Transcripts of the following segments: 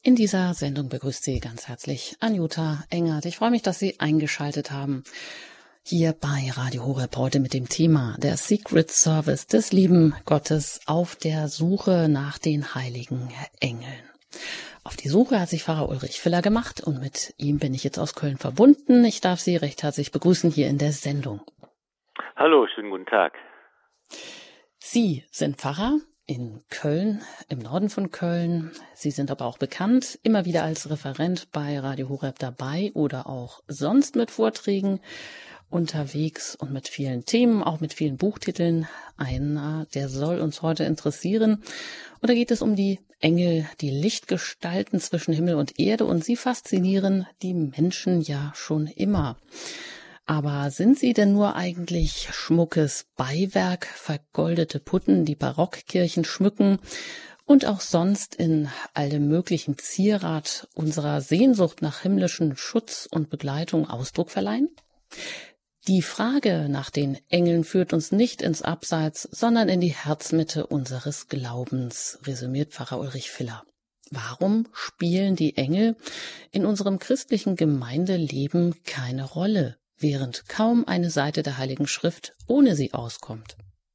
In dieser Sendung begrüßt Sie ganz herzlich Anjuta Engert. Ich freue mich, dass Sie eingeschaltet haben. Hier bei Radio Horeb heute mit dem Thema der Secret Service des lieben Gottes auf der Suche nach den heiligen Engeln. Auf die Suche hat sich Pfarrer Ulrich Filler gemacht und mit ihm bin ich jetzt aus Köln verbunden. Ich darf Sie recht herzlich begrüßen hier in der Sendung. Hallo, schönen guten Tag. Sie sind Pfarrer in Köln, im Norden von Köln. Sie sind aber auch bekannt, immer wieder als Referent bei Radio Horeb dabei oder auch sonst mit Vorträgen unterwegs und mit vielen Themen, auch mit vielen Buchtiteln. Einer, der soll uns heute interessieren. Und da geht es um die Engel, die Lichtgestalten zwischen Himmel und Erde. Und sie faszinieren die Menschen ja schon immer. Aber sind sie denn nur eigentlich schmuckes Beiwerk, vergoldete Putten, die Barockkirchen schmücken und auch sonst in allem möglichen Zierat unserer Sehnsucht nach himmlischen Schutz und Begleitung Ausdruck verleihen? Die Frage nach den Engeln führt uns nicht ins Abseits, sondern in die Herzmitte unseres Glaubens, resümiert Pfarrer Ulrich Filler. Warum spielen die Engel in unserem christlichen Gemeindeleben keine Rolle, während kaum eine Seite der Heiligen Schrift ohne sie auskommt?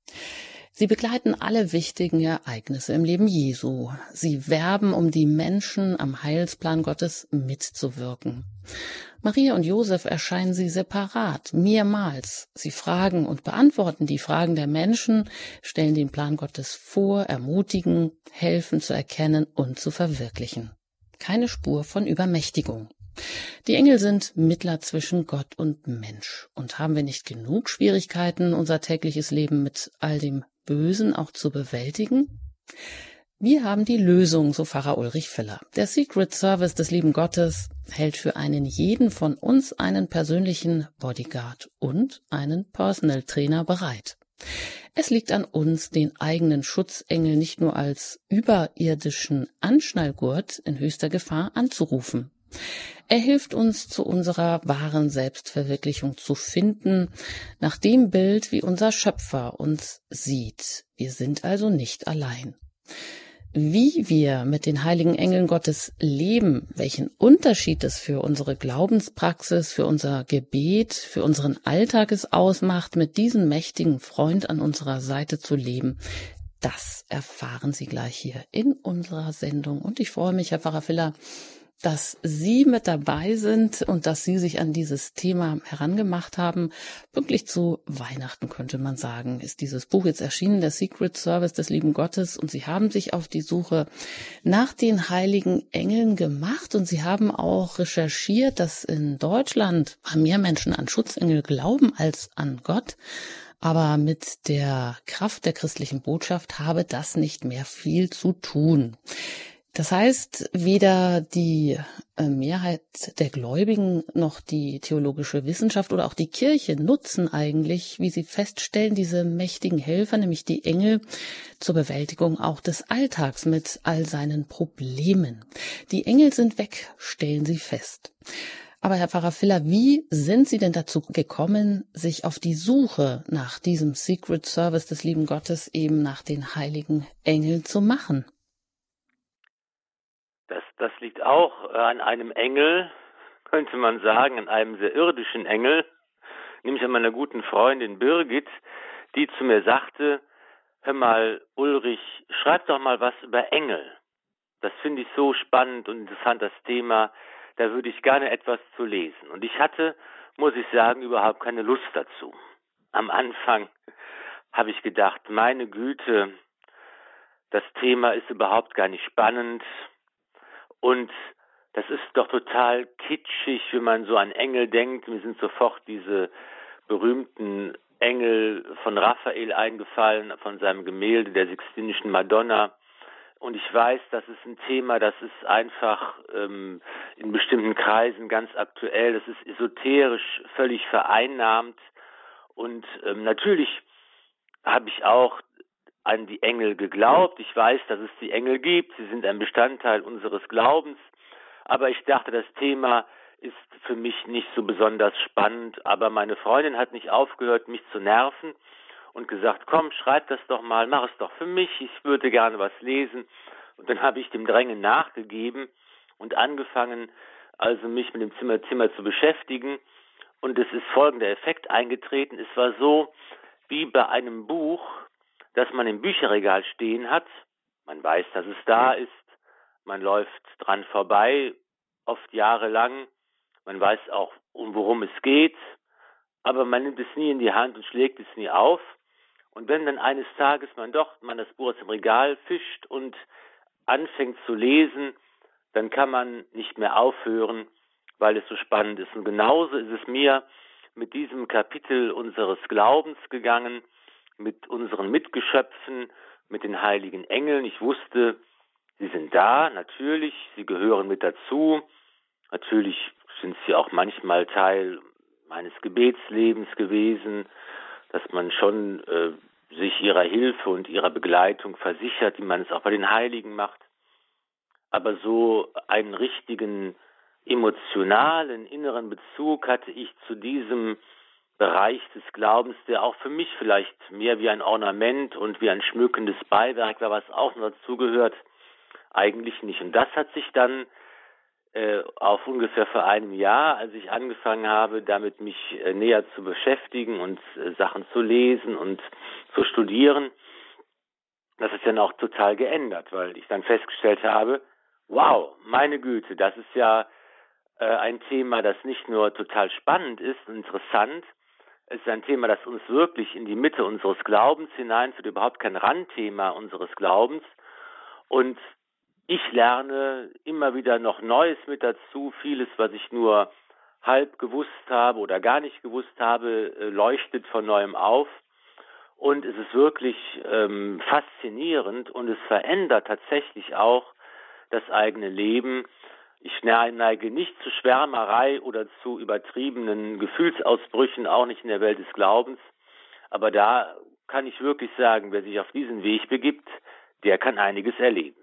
Sie begleiten alle wichtigen Ereignisse im Leben Jesu. Sie werben, um die Menschen am Heilsplan Gottes mitzuwirken. Maria und Josef erscheinen sie separat, mehrmals. Sie fragen und beantworten die Fragen der Menschen, stellen den Plan Gottes vor, ermutigen, helfen zu erkennen und zu verwirklichen. Keine Spur von Übermächtigung. Die Engel sind Mittler zwischen Gott und Mensch. Und haben wir nicht genug Schwierigkeiten, unser tägliches Leben mit all dem Bösen auch zu bewältigen? Wir haben die Lösung, so Pfarrer Ulrich Filler. Der Secret Service des lieben Gottes hält für einen jeden von uns einen persönlichen Bodyguard und einen Personal Trainer bereit. Es liegt an uns, den eigenen Schutzengel nicht nur als überirdischen Anschnallgurt in höchster Gefahr anzurufen. Er hilft uns, zu unserer wahren Selbstverwirklichung zu finden, nach dem Bild, wie unser Schöpfer uns sieht. Wir sind also nicht allein. Wie wir mit den heiligen Engeln Gottes leben, welchen Unterschied es für unsere Glaubenspraxis, für unser Gebet, für unseren Alltag es ausmacht, mit diesem mächtigen Freund an unserer Seite zu leben, das erfahren Sie gleich hier in unserer Sendung. Und ich freue mich, Herr Pfarrer Filler, dass Sie mit dabei sind und dass Sie sich an dieses Thema herangemacht haben. Pünktlich zu Weihnachten, könnte man sagen, ist dieses Buch jetzt erschienen, der Secret Service des lieben Gottes. Und Sie haben sich auf die Suche nach den heiligen Engeln gemacht. Und Sie haben auch recherchiert, dass in Deutschland mehr Menschen an Schutzengel glauben als an Gott. Aber mit der Kraft der christlichen Botschaft habe das nicht mehr viel zu tun. Das heißt, weder die Mehrheit der Gläubigen noch die theologische Wissenschaft oder auch die Kirche nutzen eigentlich, wie sie feststellen, diese mächtigen Helfer, nämlich die Engel, zur Bewältigung auch des Alltags mit all seinen Problemen. Die Engel sind weg, stellen sie fest. Aber Herr Pfarrer Filler, wie sind Sie denn dazu gekommen, sich auf die Suche nach diesem Secret Service des lieben Gottes, eben nach den heiligen Engeln zu machen? Das liegt auch an einem Engel, könnte man sagen, an einem sehr irdischen Engel, nämlich an meiner guten Freundin Birgit, die zu mir sagte: Hör mal, Ulrich, schreib doch mal was über Engel. Das finde ich so spannend und interessant, das Thema, da würde ich gerne etwas zu lesen. Und ich hatte, muss ich sagen, überhaupt keine Lust dazu. Am Anfang habe ich gedacht, meine Güte, das Thema ist überhaupt gar nicht spannend. Und das ist doch total kitschig, wenn man so an Engel denkt. Mir sind sofort diese berühmten Engel von Raphael eingefallen, von seinem Gemälde der Sixtinischen Madonna. Und ich weiß, das ist ein Thema, das ist einfach in bestimmten Kreisen ganz aktuell. Das ist esoterisch völlig vereinnahmt. Und natürlich habe ich auch an die Engel geglaubt. Ich weiß, dass es die Engel gibt. Sie sind ein Bestandteil unseres Glaubens. Aber ich dachte, das Thema ist für mich nicht so besonders spannend. Aber meine Freundin hat nicht aufgehört, mich zu nerven und gesagt, komm, schreib das doch mal, mach es doch für mich. Ich würde gerne was lesen. Und dann habe ich dem Drängen nachgegeben und angefangen, also mich mit dem Thema zu beschäftigen. Und es ist folgender Effekt eingetreten. Es war so wie bei einem Buch, das man im Bücherregal stehen hat. Man weiß, dass es da ist. Man läuft dran vorbei, oft jahrelang. Man weiß auch, worum es geht. Aber man nimmt es nie in die Hand und schlägt es nie auf. Und wenn dann eines Tages man das Buch aus dem Regal fischt und anfängt zu lesen, dann kann man nicht mehr aufhören, weil es so spannend ist. Und genauso ist es mir mit diesem Kapitel unseres Glaubens gegangen, mit unseren Mitgeschöpfen, mit den heiligen Engeln. Ich wusste, sie sind da, natürlich, sie gehören mit dazu. Natürlich sind sie auch manchmal Teil meines Gebetslebens gewesen, dass man schon sich ihrer Hilfe und ihrer Begleitung versichert, wie man es auch bei den Heiligen macht. Aber so einen richtigen emotionalen, inneren Bezug hatte ich zu diesem Bereich des Glaubens, der auch für mich vielleicht mehr wie ein Ornament und wie ein schmückendes Beiwerk war, was auch noch dazugehört, eigentlich nicht. Und das hat sich dann auf ungefähr vor einem Jahr, als ich angefangen habe, damit mich näher zu beschäftigen und Sachen zu lesen und zu studieren, das ist dann auch total geändert, weil ich dann festgestellt habe, wow, meine Güte, das ist ja ein Thema, das nicht nur total spannend ist und interessant, es ist ein Thema, das uns wirklich in die Mitte unseres Glaubens hineinführt, überhaupt kein Randthema unseres Glaubens. Und ich lerne immer wieder noch Neues mit dazu. Vieles, was ich nur halb gewusst habe oder gar nicht gewusst habe, leuchtet von neuem auf. Und es ist wirklich faszinierend und es verändert tatsächlich auch das eigene Leben. Ich neige nicht zu Schwärmerei oder zu übertriebenen Gefühlsausbrüchen, auch nicht in der Welt des Glaubens. Aber da kann ich wirklich sagen, wer sich auf diesen Weg begibt, der kann einiges erleben.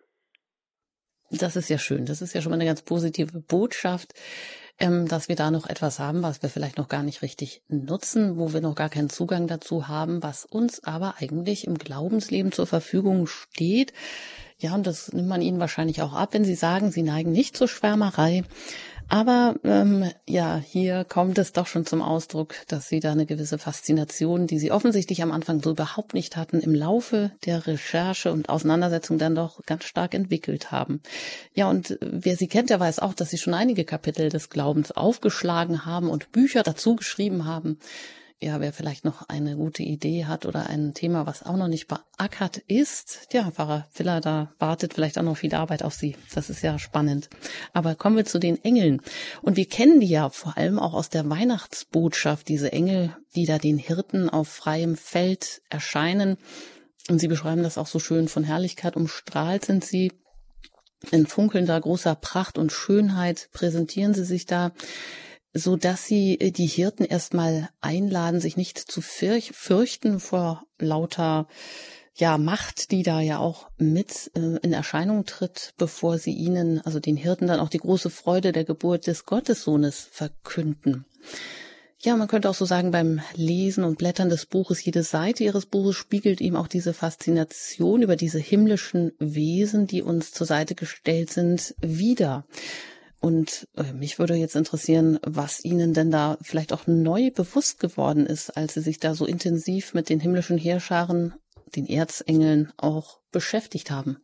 Das ist ja schön. Das ist ja schon mal eine ganz positive Botschaft, dass wir da noch etwas haben, was wir vielleicht noch gar nicht richtig nutzen, wo wir noch gar keinen Zugang dazu haben, was uns aber eigentlich im Glaubensleben zur Verfügung steht. Ja, und das nimmt man Ihnen wahrscheinlich auch ab, wenn Sie sagen, Sie neigen nicht zur Schwärmerei. Aber ja, hier kommt es doch schon zum Ausdruck, dass Sie da eine gewisse Faszination, die Sie offensichtlich am Anfang so überhaupt nicht hatten, im Laufe der Recherche und Auseinandersetzung dann doch ganz stark entwickelt haben. Ja, und wer Sie kennt, der weiß auch, dass Sie schon einige Kapitel des Glaubens aufgeschlagen haben und Bücher dazu geschrieben haben. Ja, wer vielleicht noch eine gute Idee hat oder ein Thema, was auch noch nicht beackert ist, ja, Pfarrer Viller, da wartet vielleicht auch noch viel Arbeit auf Sie. Das ist ja spannend. Aber kommen wir zu den Engeln. Und wir kennen die ja vor allem auch aus der Weihnachtsbotschaft, diese Engel, die da den Hirten auf freiem Feld erscheinen. Und Sie beschreiben das auch so schön, von Herrlichkeit umstrahlt sind sie. In funkelnder großer Pracht und Schönheit präsentieren sie sich da, so dass sie die Hirten erstmal einladen, sich nicht zu fürchten vor lauter Macht, die da ja auch mit in Erscheinung tritt, bevor sie ihnen, also den Hirten, dann auch die große Freude der Geburt des Gottessohnes verkünden. Ja, man könnte auch so sagen, beim Lesen und Blättern des Buches, jede Seite ihres Buches spiegelt ihm auch diese Faszination über diese himmlischen Wesen, die uns zur Seite gestellt sind, wider. Und mich würde jetzt interessieren, was Ihnen denn da vielleicht auch neu bewusst geworden ist, als Sie sich da so intensiv mit den himmlischen Heerscharen, den Erzengeln auch beschäftigt haben.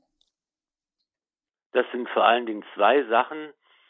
Das sind vor allen Dingen zwei Sachen,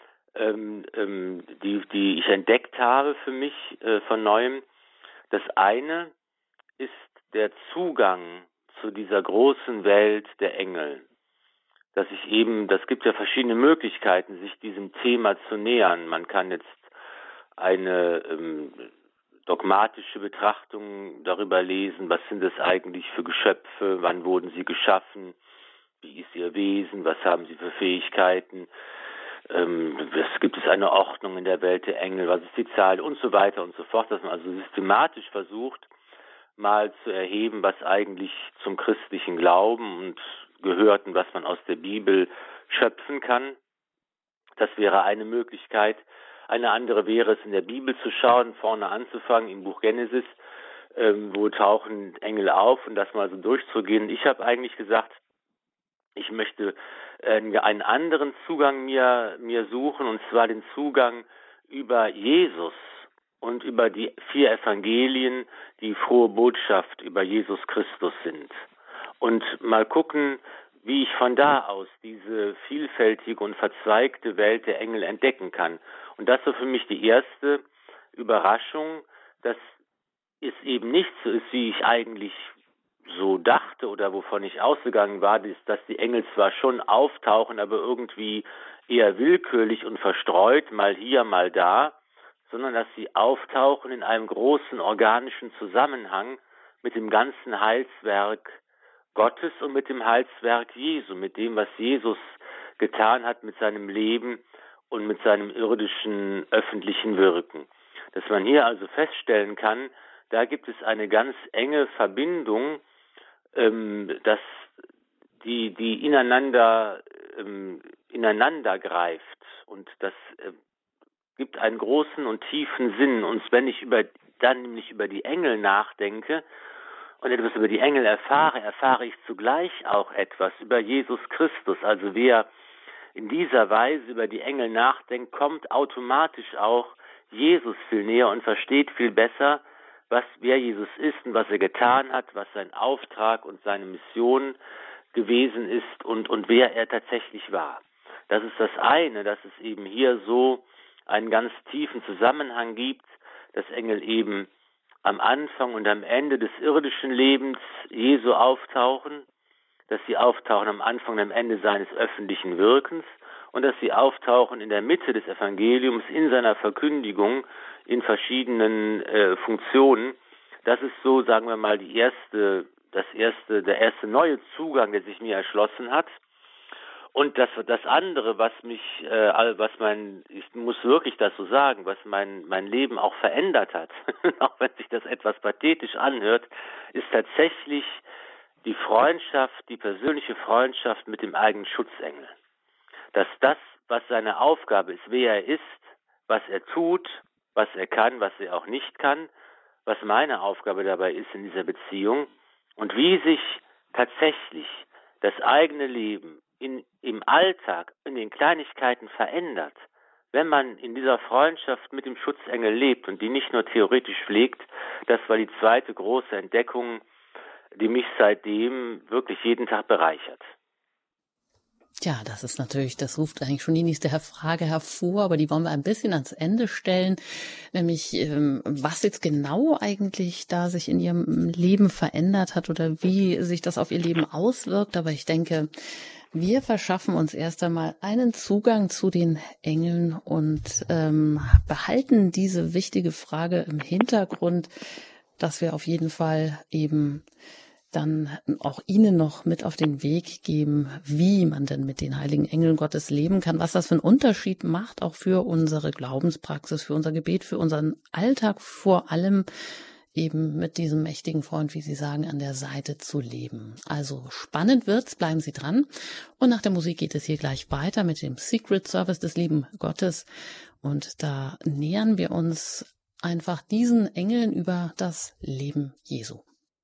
die ich entdeckt habe für mich von Neuem. Das eine ist der Zugang zu dieser großen Welt der Engel. Das gibt ja verschiedene Möglichkeiten, sich diesem Thema zu nähern. Man kann jetzt eine dogmatische Betrachtung darüber lesen, was sind es eigentlich für Geschöpfe, wann wurden sie geschaffen, wie ist ihr Wesen, was haben sie für Fähigkeiten, gibt es eine Ordnung in der Welt der Engel, was ist die Zahl und so weiter und so fort, dass man also systematisch versucht, mal zu erheben, was eigentlich zum christlichen Glauben und gehört und was man aus der Bibel schöpfen kann. Das wäre eine Möglichkeit. Eine andere wäre es, in der Bibel zu schauen, vorne anzufangen, im Buch Genesis, wo tauchen Engel auf und das mal so durchzugehen. Ich habe eigentlich gesagt, ich möchte einen anderen Zugang mir suchen, und zwar den Zugang über Jesus und über die 4 Evangelien, die frohe Botschaft über Jesus Christus sind. Und mal gucken, wie ich von da aus diese vielfältige und verzweigte Welt der Engel entdecken kann. Und das war für mich die erste Überraschung, dass es eben nicht so ist, wie ich eigentlich so dachte oder wovon ich ausgegangen war, dass die Engel zwar schon auftauchen, aber irgendwie eher willkürlich und verstreut, mal hier, mal da, sondern dass sie auftauchen in einem großen organischen Zusammenhang mit dem ganzen Heilswerk Gottes und mit dem Heilswerk Jesu, mit dem, was Jesus getan hat mit seinem Leben und mit seinem irdischen öffentlichen Wirken. Dass man hier also feststellen kann, da gibt es eine ganz enge Verbindung, dass die ineinander greift, und das gibt einen großen und tiefen Sinn. Und wenn ich dann nämlich über die Engel nachdenke und etwas über die Engel erfahre ich zugleich auch etwas über Jesus Christus. Also wer in dieser Weise über die Engel nachdenkt, kommt automatisch auch Jesus viel näher und versteht viel besser, wer Jesus ist und was er getan hat, was sein Auftrag und seine Mission gewesen ist und wer er tatsächlich war. Das ist das eine, dass es eben hier so einen ganz tiefen Zusammenhang gibt, dass Engel eben am Anfang und am Ende des irdischen Lebens Jesu auftauchen, dass sie auftauchen am Anfang und am Ende seines öffentlichen Wirkens und dass sie auftauchen in der Mitte des Evangeliums in seiner Verkündigung in verschiedenen Funktionen. Das ist so, sagen wir mal, der erste neue Zugang, der sich mir erschlossen hat. Und das andere, ich muss wirklich das so sagen, was mein Leben auch verändert hat, auch wenn sich das etwas pathetisch anhört, ist tatsächlich die persönliche Freundschaft mit dem eigenen Schutzengel. Dass das, was seine Aufgabe ist, wer er ist, was er tut, was er kann, was er auch nicht kann, was meine Aufgabe dabei ist in dieser Beziehung und wie sich tatsächlich das eigene Leben im Alltag, in den Kleinigkeiten verändert, wenn man in dieser Freundschaft mit dem Schutzengel lebt und die nicht nur theoretisch pflegt. Das war die zweite große Entdeckung, die mich seitdem wirklich jeden Tag bereichert. Ja, das ruft eigentlich schon die nächste Frage hervor, aber die wollen wir ein bisschen ans Ende stellen, nämlich was jetzt genau eigentlich da sich in ihrem Leben verändert hat oder wie sich das auf ihr Leben auswirkt. Aber ich denke, wir verschaffen uns erst einmal einen Zugang zu den Engeln und behalten diese wichtige Frage im Hintergrund, dass wir auf jeden Fall eben dann auch Ihnen noch mit auf den Weg geben, wie man denn mit den heiligen Engeln Gottes leben kann, was das für einen Unterschied macht, auch für unsere Glaubenspraxis, für unser Gebet, für unseren Alltag, vor allem eben mit diesem mächtigen Freund, wie Sie sagen, an der Seite zu leben. Also spannend wird's, bleiben Sie dran. Und nach der Musik geht es hier gleich weiter mit dem Secret Service des lieben Gottes. Und da nähern wir uns einfach diesen Engeln über das Leben Jesu.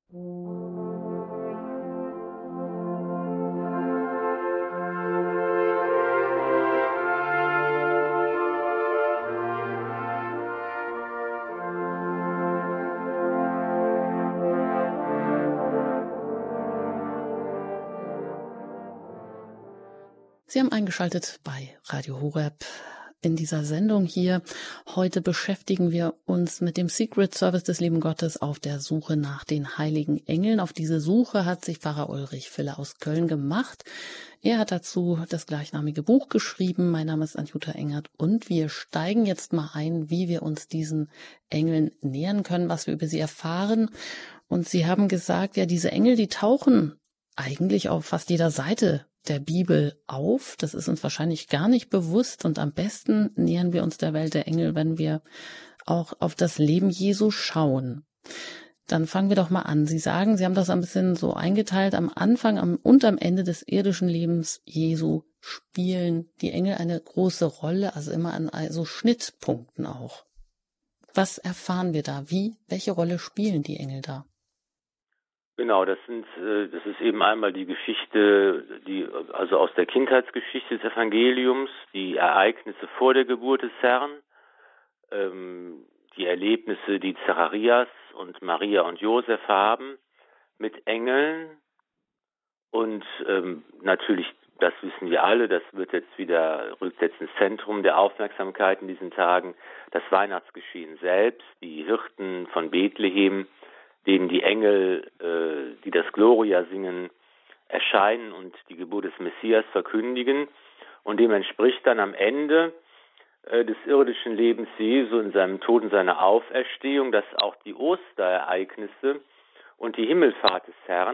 Sie haben eingeschaltet bei Radio Horeb in dieser Sendung hier. Heute beschäftigen wir uns mit dem Secret Service des lieben Gottes auf der Suche nach den heiligen Engeln. Auf diese Suche hat sich Pfarrer Ulrich Filler aus Köln gemacht. Er hat dazu das gleichnamige Buch geschrieben. Mein Name ist Anjuta Engert und wir steigen jetzt mal ein, wie wir uns diesen Engeln nähern können, was wir über sie erfahren. Und Sie haben gesagt, ja, diese Engel, die tauchen eigentlich auf fast jeder Seite der Bibel auf. Das ist uns wahrscheinlich gar nicht bewusst und am besten nähern wir uns der Welt der Engel, wenn wir auch auf das Leben Jesu schauen. Dann fangen wir doch mal an. Sie sagen, Sie haben das ein bisschen so eingeteilt, am Anfang und am Ende des irdischen Lebens Jesu spielen die Engel eine große Rolle, also immer an so Schnittpunkten auch. Was erfahren wir da? Welche Rolle spielen die Engel da? Genau, das ist eben einmal die Geschichte, also aus der Kindheitsgeschichte des Evangeliums, die Ereignisse vor der Geburt des Herrn, die Erlebnisse, die Zacharias und Maria und Josef haben mit Engeln und natürlich, das wissen wir alle, das rückt jetzt ins Zentrum der Aufmerksamkeit in diesen Tagen, das Weihnachtsgeschehen selbst, die Hirten von Bethlehem, denen die Engel, die das Gloria singen, erscheinen und die Geburt des Messias verkündigen. Und dem entspricht dann am Ende des irdischen Lebens Jesu in seinem Tod und seiner Auferstehung, dass auch die Osterereignisse und die Himmelfahrt des Herrn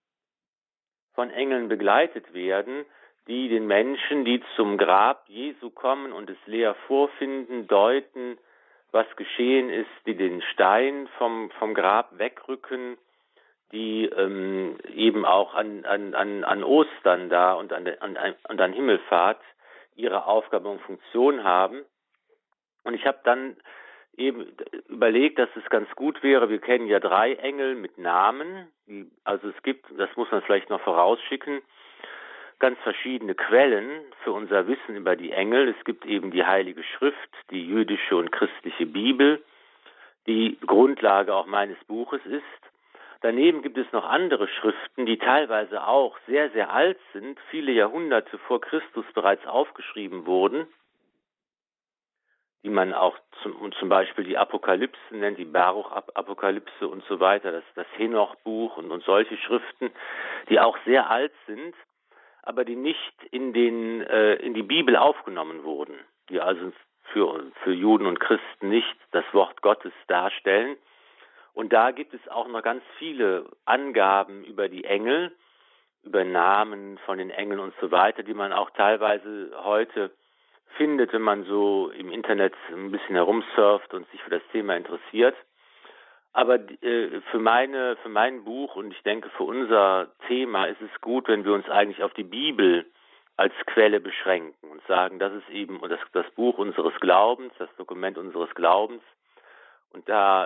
von Engeln begleitet werden, die den Menschen, die zum Grab Jesu kommen und es leer vorfinden, deuten, was geschehen ist, die den Stein vom Grab wegrücken, die eben auch an Ostern da und an Himmelfahrt ihre Aufgabe und Funktion haben. Und ich habe dann eben überlegt, dass es ganz gut wäre, wir kennen ja 3 Engel mit Namen, also es gibt, das muss man vielleicht noch vorausschicken, ganz verschiedene Quellen für unser Wissen über die Engel. Es gibt eben die Heilige Schrift, die jüdische und christliche Bibel, die Grundlage auch meines Buches ist. Daneben gibt es noch andere Schriften, die teilweise auch sehr, sehr alt sind, viele Jahrhunderte vor Christus bereits aufgeschrieben wurden, die man auch zum Beispiel die Apokalypse nennt, die Baruch-Apokalypse und so weiter, das Henoch-Buch und solche Schriften, die auch sehr alt sind, aber die nicht in die Bibel aufgenommen wurden, die also für Juden und Christen nicht das Wort Gottes darstellen. Und da gibt es auch noch ganz viele Angaben über die Engel, über Namen von den Engeln und so weiter, die man auch teilweise heute findet, wenn man so im Internet ein bisschen herumsurft und sich für das Thema interessiert. Aber für mein Buch und ich denke für unser Thema ist es gut, wenn wir uns eigentlich auf die Bibel als Quelle beschränken und sagen, das ist eben das Buch unseres Glaubens, das Dokument unseres Glaubens. Und da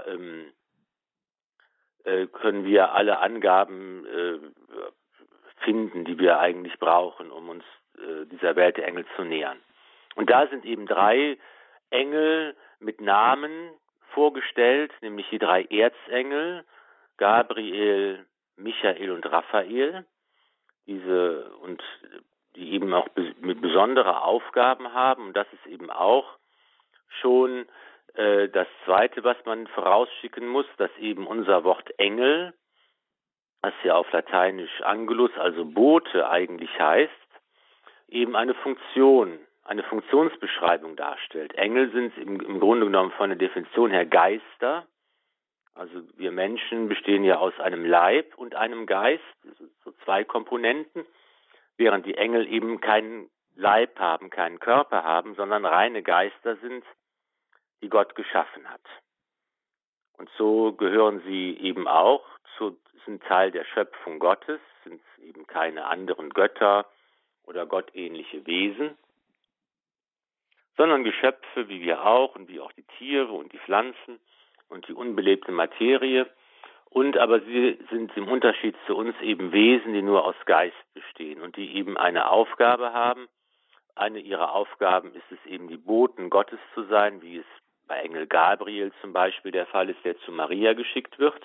können wir alle Angaben finden, die wir eigentlich brauchen, um uns dieser Welt der Engel zu nähern. Und da sind eben 3 Engel mit Namen vorgestellt, nämlich die 3 Erzengel, Gabriel, Michael und Raphael, die eben auch mit besondere Aufgaben haben. Und das ist eben auch schon das Zweite, was man vorausschicken muss, dass eben unser Wort Engel, was ja auf Lateinisch Angelus, also Bote eigentlich heißt, eben eine Funktionsbeschreibung darstellt. Engel sind im Grunde genommen von der Definition her Geister. Also wir Menschen bestehen ja aus einem Leib und einem Geist, so 2 Komponenten, während die Engel eben keinen Leib haben, keinen Körper haben, sondern reine Geister sind, die Gott geschaffen hat. Und so gehören sie eben auch sind Teil der Schöpfung Gottes, sind eben keine anderen Götter oder gottähnliche Wesen, sondern Geschöpfe wie wir auch und wie auch die Tiere und die Pflanzen und die unbelebte Materie. Aber sie sind im Unterschied zu uns eben Wesen, die nur aus Geist bestehen und die eben eine Aufgabe haben. Eine ihrer Aufgaben ist es eben, die Boten Gottes zu sein, wie es bei Engel Gabriel zum Beispiel der Fall ist, der zu Maria geschickt wird.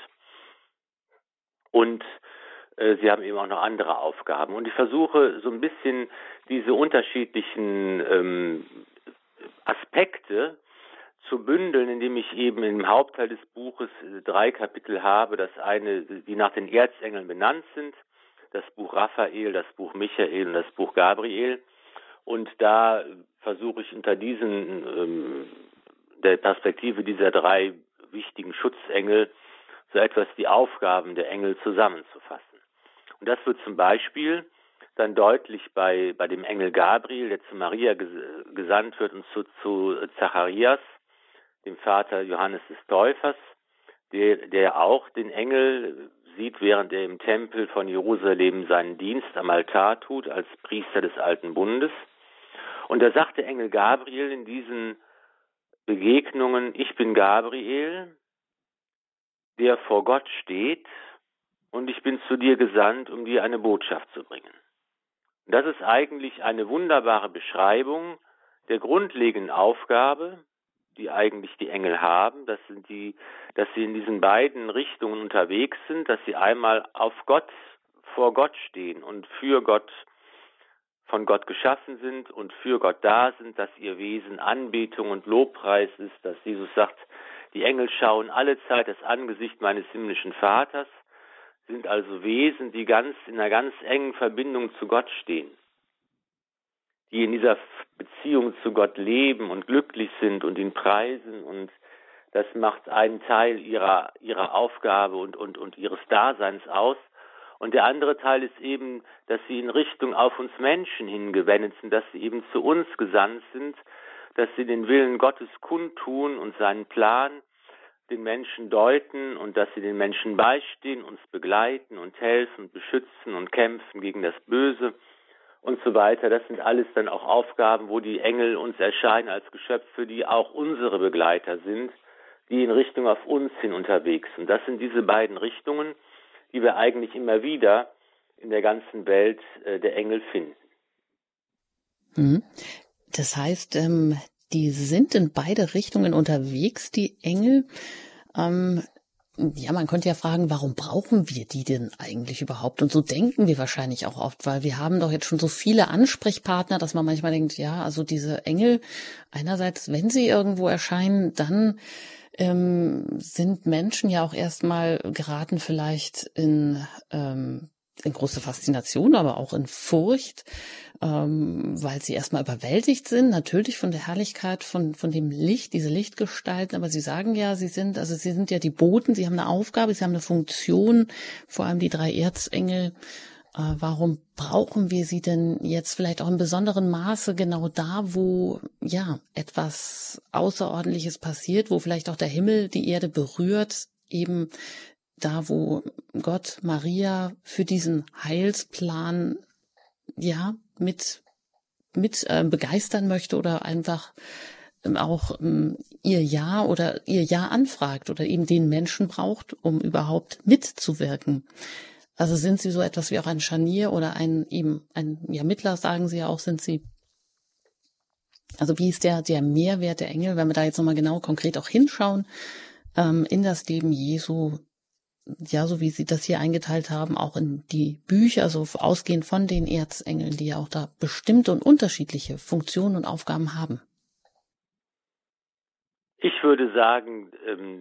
Und sie haben eben auch noch andere Aufgaben. Und ich versuche so ein bisschen diese unterschiedlichen Aspekte zu bündeln, indem ich eben im Hauptteil des Buches 3 Kapitel habe. Das eine, die nach den Erzengeln benannt sind, das Buch Raphael, das Buch Michael und das Buch Gabriel. Und da versuche ich unter der Perspektive dieser 3 wichtigen Schutzengel so etwas die Aufgaben der Engel zusammenzufassen. Und das wird zum Beispiel dann deutlich bei dem Engel Gabriel, der zu Maria gesandt wird und zu Zacharias, dem Vater Johannes des Täufers, der auch den Engel sieht, während er im Tempel von Jerusalem seinen Dienst am Altar tut, als Priester des Alten Bundes. Und da sagt der Engel Gabriel in diesen Begegnungen: Ich bin Gabriel, der vor Gott steht und ich bin zu dir gesandt, um dir eine Botschaft zu bringen. Und das ist eigentlich eine wunderbare Beschreibung der grundlegenden Aufgabe, die eigentlich die Engel haben, dass sie in diesen beiden Richtungen unterwegs sind, dass sie einmal vor Gott stehen und für Gott, von Gott geschaffen sind und für Gott da sind, dass ihr Wesen Anbetung und Lobpreis ist, dass Jesus sagt, die Engel schauen alle Zeit das Angesicht meines himmlischen Vaters, sind also Wesen, die in einer ganz engen Verbindung zu Gott stehen, die in dieser Beziehung zu Gott leben und glücklich sind und ihn preisen, und das macht einen Teil ihrer Aufgabe und ihres Daseins aus. Und der andere Teil ist eben, dass sie in Richtung auf uns Menschen hingewendet sind, dass sie eben zu uns gesandt sind, dass sie den Willen Gottes kundtun und seinen Plan den Menschen deuten und dass sie den Menschen beistehen, uns begleiten und helfen und beschützen und kämpfen gegen das Böse und so weiter. Das sind alles dann auch Aufgaben, wo die Engel uns erscheinen als Geschöpfe, die auch unsere Begleiter sind, die in Richtung auf uns hin unterwegs sind. Das sind diese beiden Richtungen, die wir eigentlich immer wieder in der ganzen Welt der Engel finden. Das heißt, die sind in beide Richtungen unterwegs, die Engel. Ja, man könnte ja fragen, warum brauchen wir die denn eigentlich überhaupt? Und so denken wir wahrscheinlich auch oft, weil wir haben doch jetzt schon so viele Ansprechpartner, dass man manchmal denkt, ja, also diese Engel, einerseits, wenn sie irgendwo erscheinen, dann sind Menschen ja auch erstmal geraten vielleicht in große Faszination, aber auch in Furcht, weil sie erstmal überwältigt sind, natürlich von der Herrlichkeit, von dem Licht, diese Lichtgestalten, aber sie sagen ja, sie sind ja die Boten, sie haben eine Aufgabe, sie haben eine Funktion, vor allem die 3 Erzengel. Warum brauchen wir sie denn jetzt vielleicht auch in besonderem Maße genau da, wo ja etwas Außerordentliches passiert, wo vielleicht auch der Himmel die Erde berührt, eben da, wo Gott Maria für diesen Heilsplan ja mit begeistern möchte oder einfach auch ihr Ja anfragt oder eben den Menschen braucht, um überhaupt mitzuwirken. Also sind sie so etwas wie auch ein Scharnier oder ein Mittler, sagen sie ja auch, sind sie. Also wie ist der Mehrwert der Engel, wenn wir da jetzt nochmal genau konkret auch hinschauen, in das Leben Jesu, ja, so wie Sie das hier eingeteilt haben, auch in die Bücher, also ausgehend von den Erzengeln, die ja auch da bestimmte und unterschiedliche Funktionen und Aufgaben haben? Ich würde sagen,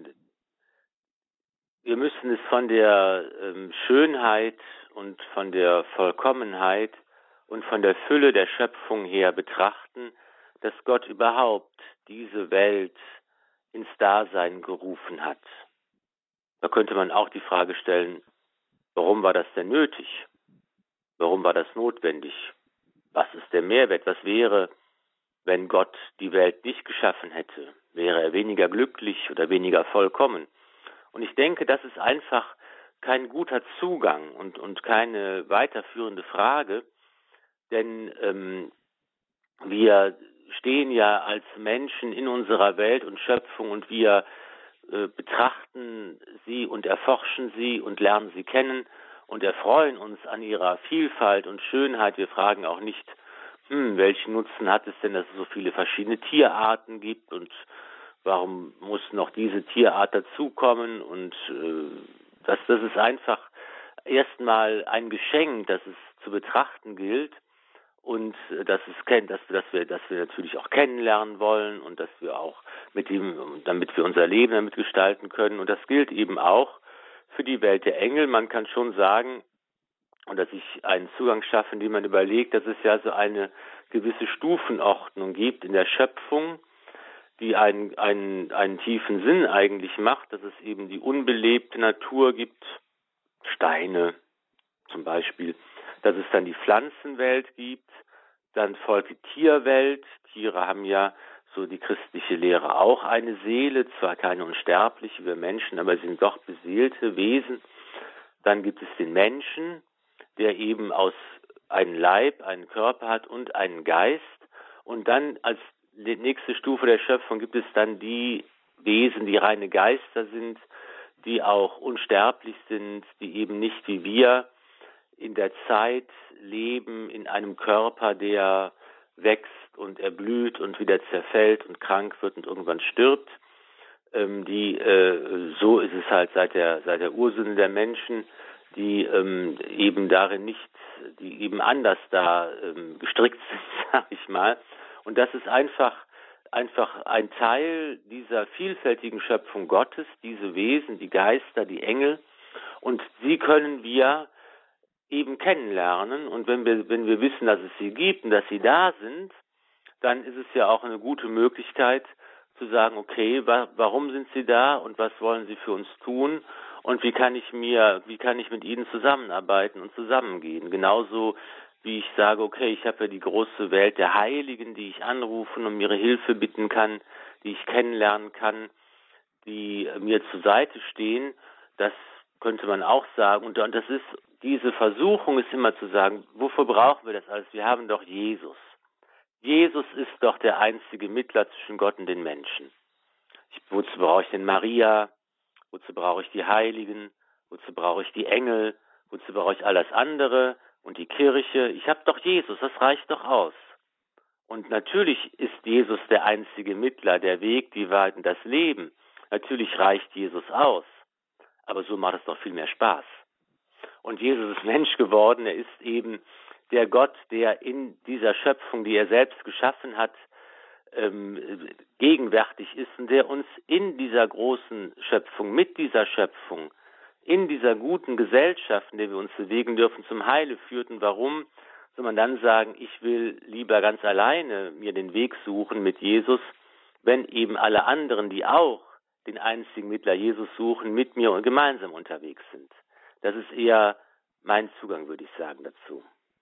wir müssen es von der Schönheit und von der Vollkommenheit und von der Fülle der Schöpfung her betrachten, dass Gott überhaupt diese Welt ins Dasein gerufen hat. Da könnte man auch die Frage stellen, warum war das denn nötig? Warum war das notwendig? Was ist der Mehrwert? Was wäre, wenn Gott die Welt nicht geschaffen hätte? Wäre er weniger glücklich oder weniger vollkommen? Und ich denke, das ist einfach kein guter Zugang und keine weiterführende Frage, denn wir stehen ja als Menschen in unserer Welt und Schöpfung und wir betrachten sie und erforschen sie und lernen sie kennen und erfreuen uns an ihrer Vielfalt und Schönheit. Wir fragen auch nicht, welchen Nutzen hat es denn, dass es so viele verschiedene Tierarten gibt und warum muss noch diese Tierart dazukommen? Und das ist einfach erstmal ein Geschenk, das es zu betrachten gilt und dass wir natürlich auch kennenlernen wollen und dass wir auch damit wir unser Leben damit gestalten können. Und das gilt eben auch für die Welt der Engel. Man kann schon sagen, und dass ich einen Zugang schaffe, indem man überlegt, dass es ja so eine gewisse Stufenordnung gibt in der Schöpfung, die einen tiefen Sinn eigentlich macht, dass es eben die unbelebte Natur gibt, Steine zum Beispiel, dass es dann die Pflanzenwelt gibt, dann folgt die Tierwelt. Tiere haben ja, so die christliche Lehre, auch eine Seele, zwar keine unsterbliche wie wir Menschen, aber sie sind doch beseelte Wesen. Dann gibt es den Menschen, der eben aus einem Leib, einen Körper hat und einen Geist. Und dann als die nächste Stufe der Schöpfung gibt es dann die Wesen, die reine Geister sind, die auch unsterblich sind, die eben nicht wie wir in der Zeit leben, in einem Körper, der wächst und erblüht und wieder zerfällt und krank wird und irgendwann stirbt. So ist es halt seit der Ursünde der Menschen, die eben darin nicht, die eben anders da gestrickt sind, sag ich mal. Und das ist einfach ein Teil dieser vielfältigen Schöpfung Gottes, diese Wesen, die Geister, die Engel. Und sie können wir eben kennenlernen. Und wenn wir wissen, dass es sie gibt und dass sie da sind, dann ist es ja auch eine gute Möglichkeit zu sagen, okay, warum sind sie da und was wollen sie für uns tun und wie kann ich mit ihnen zusammenarbeiten und zusammengehen. Genauso wie ich sage, okay, ich habe ja die große Welt der Heiligen, die ich anrufen und um ihre Hilfe bitten kann, die ich kennenlernen kann, die mir zur Seite stehen. Das könnte man auch sagen. Und diese Versuchung ist immer zu sagen, wofür brauchen wir das alles? Wir haben doch Jesus. Jesus ist doch der einzige Mittler zwischen Gott und den Menschen. Wozu brauche ich denn Maria? Wozu brauche ich die Heiligen? Wozu brauche ich die Engel? Wozu brauche ich alles andere und die Kirche? Ich habe doch Jesus, das reicht doch aus. Und natürlich ist Jesus der einzige Mittler, der Weg, die Wahrheit und das Leben. Natürlich reicht Jesus aus. Aber so macht es doch viel mehr Spaß. Und Jesus ist Mensch geworden, er ist eben der Gott, der in dieser Schöpfung, die er selbst geschaffen hat, gegenwärtig ist und der uns in dieser großen Schöpfung, mit dieser Schöpfung, in dieser guten Gesellschaft, in der wir uns bewegen dürfen, zum Heile führt. Und warum soll man dann sagen, ich will lieber ganz alleine mir den Weg suchen mit Jesus, wenn eben alle anderen, die auch den einzigen Mittler Jesus suchen, mit mir und gemeinsam unterwegs sind? Das ist eher mein Zugang, würde ich sagen, dazu.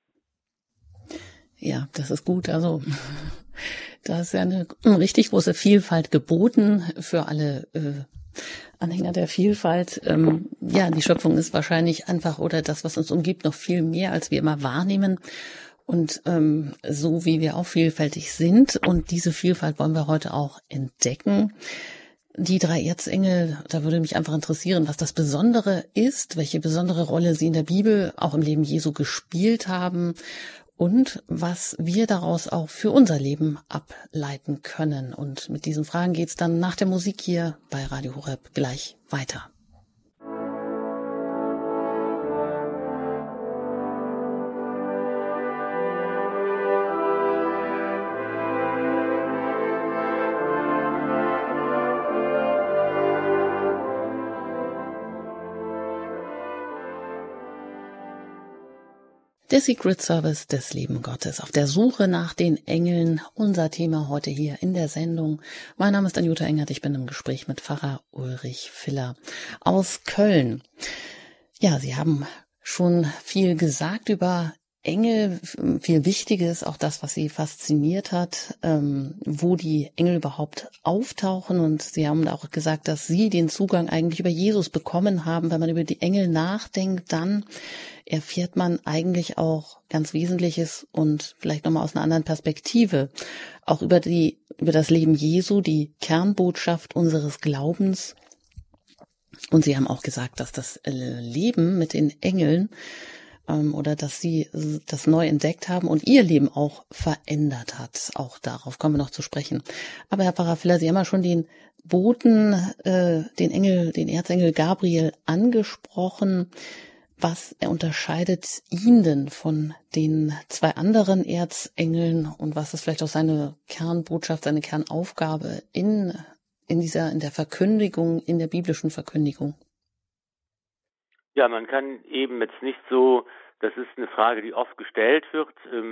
Ja, das ist gut. Also da ist ja eine richtig große Vielfalt geboten für alle Anhänger der Vielfalt. Ja, die Schöpfung ist wahrscheinlich einfach, oder das, was uns umgibt, noch viel mehr, als wir immer wahrnehmen. Und so wie wir auch vielfältig sind. Und diese Vielfalt wollen wir heute auch entdecken. Die drei Erzengel, da würde mich einfach interessieren, was das Besondere ist, welche besondere Rolle sie in der Bibel, auch im Leben Jesu gespielt haben und was wir daraus auch für unser Leben ableiten können. Und mit diesen Fragen geht's dann nach der Musik hier bei Radio Horeb gleich weiter. Der Secret Service des lieben Gottes. Auf der Suche nach den Engeln. Unser Thema heute hier in der Sendung. Mein Name ist Anjuta Engert. Ich bin im Gespräch mit Pfarrer Ulrich Filler aus Köln. Ja, Sie haben schon viel gesagt über Engel, viel Wichtiges, auch das, was Sie fasziniert hat, wo die Engel überhaupt auftauchen. Und Sie haben auch gesagt, dass Sie den Zugang eigentlich über Jesus bekommen haben. Wenn man über die Engel nachdenkt, dann erfährt man eigentlich auch ganz Wesentliches und vielleicht nochmal aus einer anderen Perspektive, auch über das Leben Jesu, die Kernbotschaft unseres Glaubens. Und Sie haben auch gesagt, dass das Leben mit den Engeln oder dass Sie das neu entdeckt haben und Ihr Leben auch verändert hat. Auch darauf kommen wir noch zu sprechen. Aber Herr Pfarrer Filler, Sie haben ja schon den Boten, den Erzengel Gabriel angesprochen. Was unterscheidet ihn denn von den zwei anderen Erzengeln und was ist vielleicht auch seine Kernbotschaft, seine Kernaufgabe in der Verkündigung, in der biblischen Verkündigung? Ja, man kann eben jetzt nicht so, das ist eine Frage, die oft gestellt wird,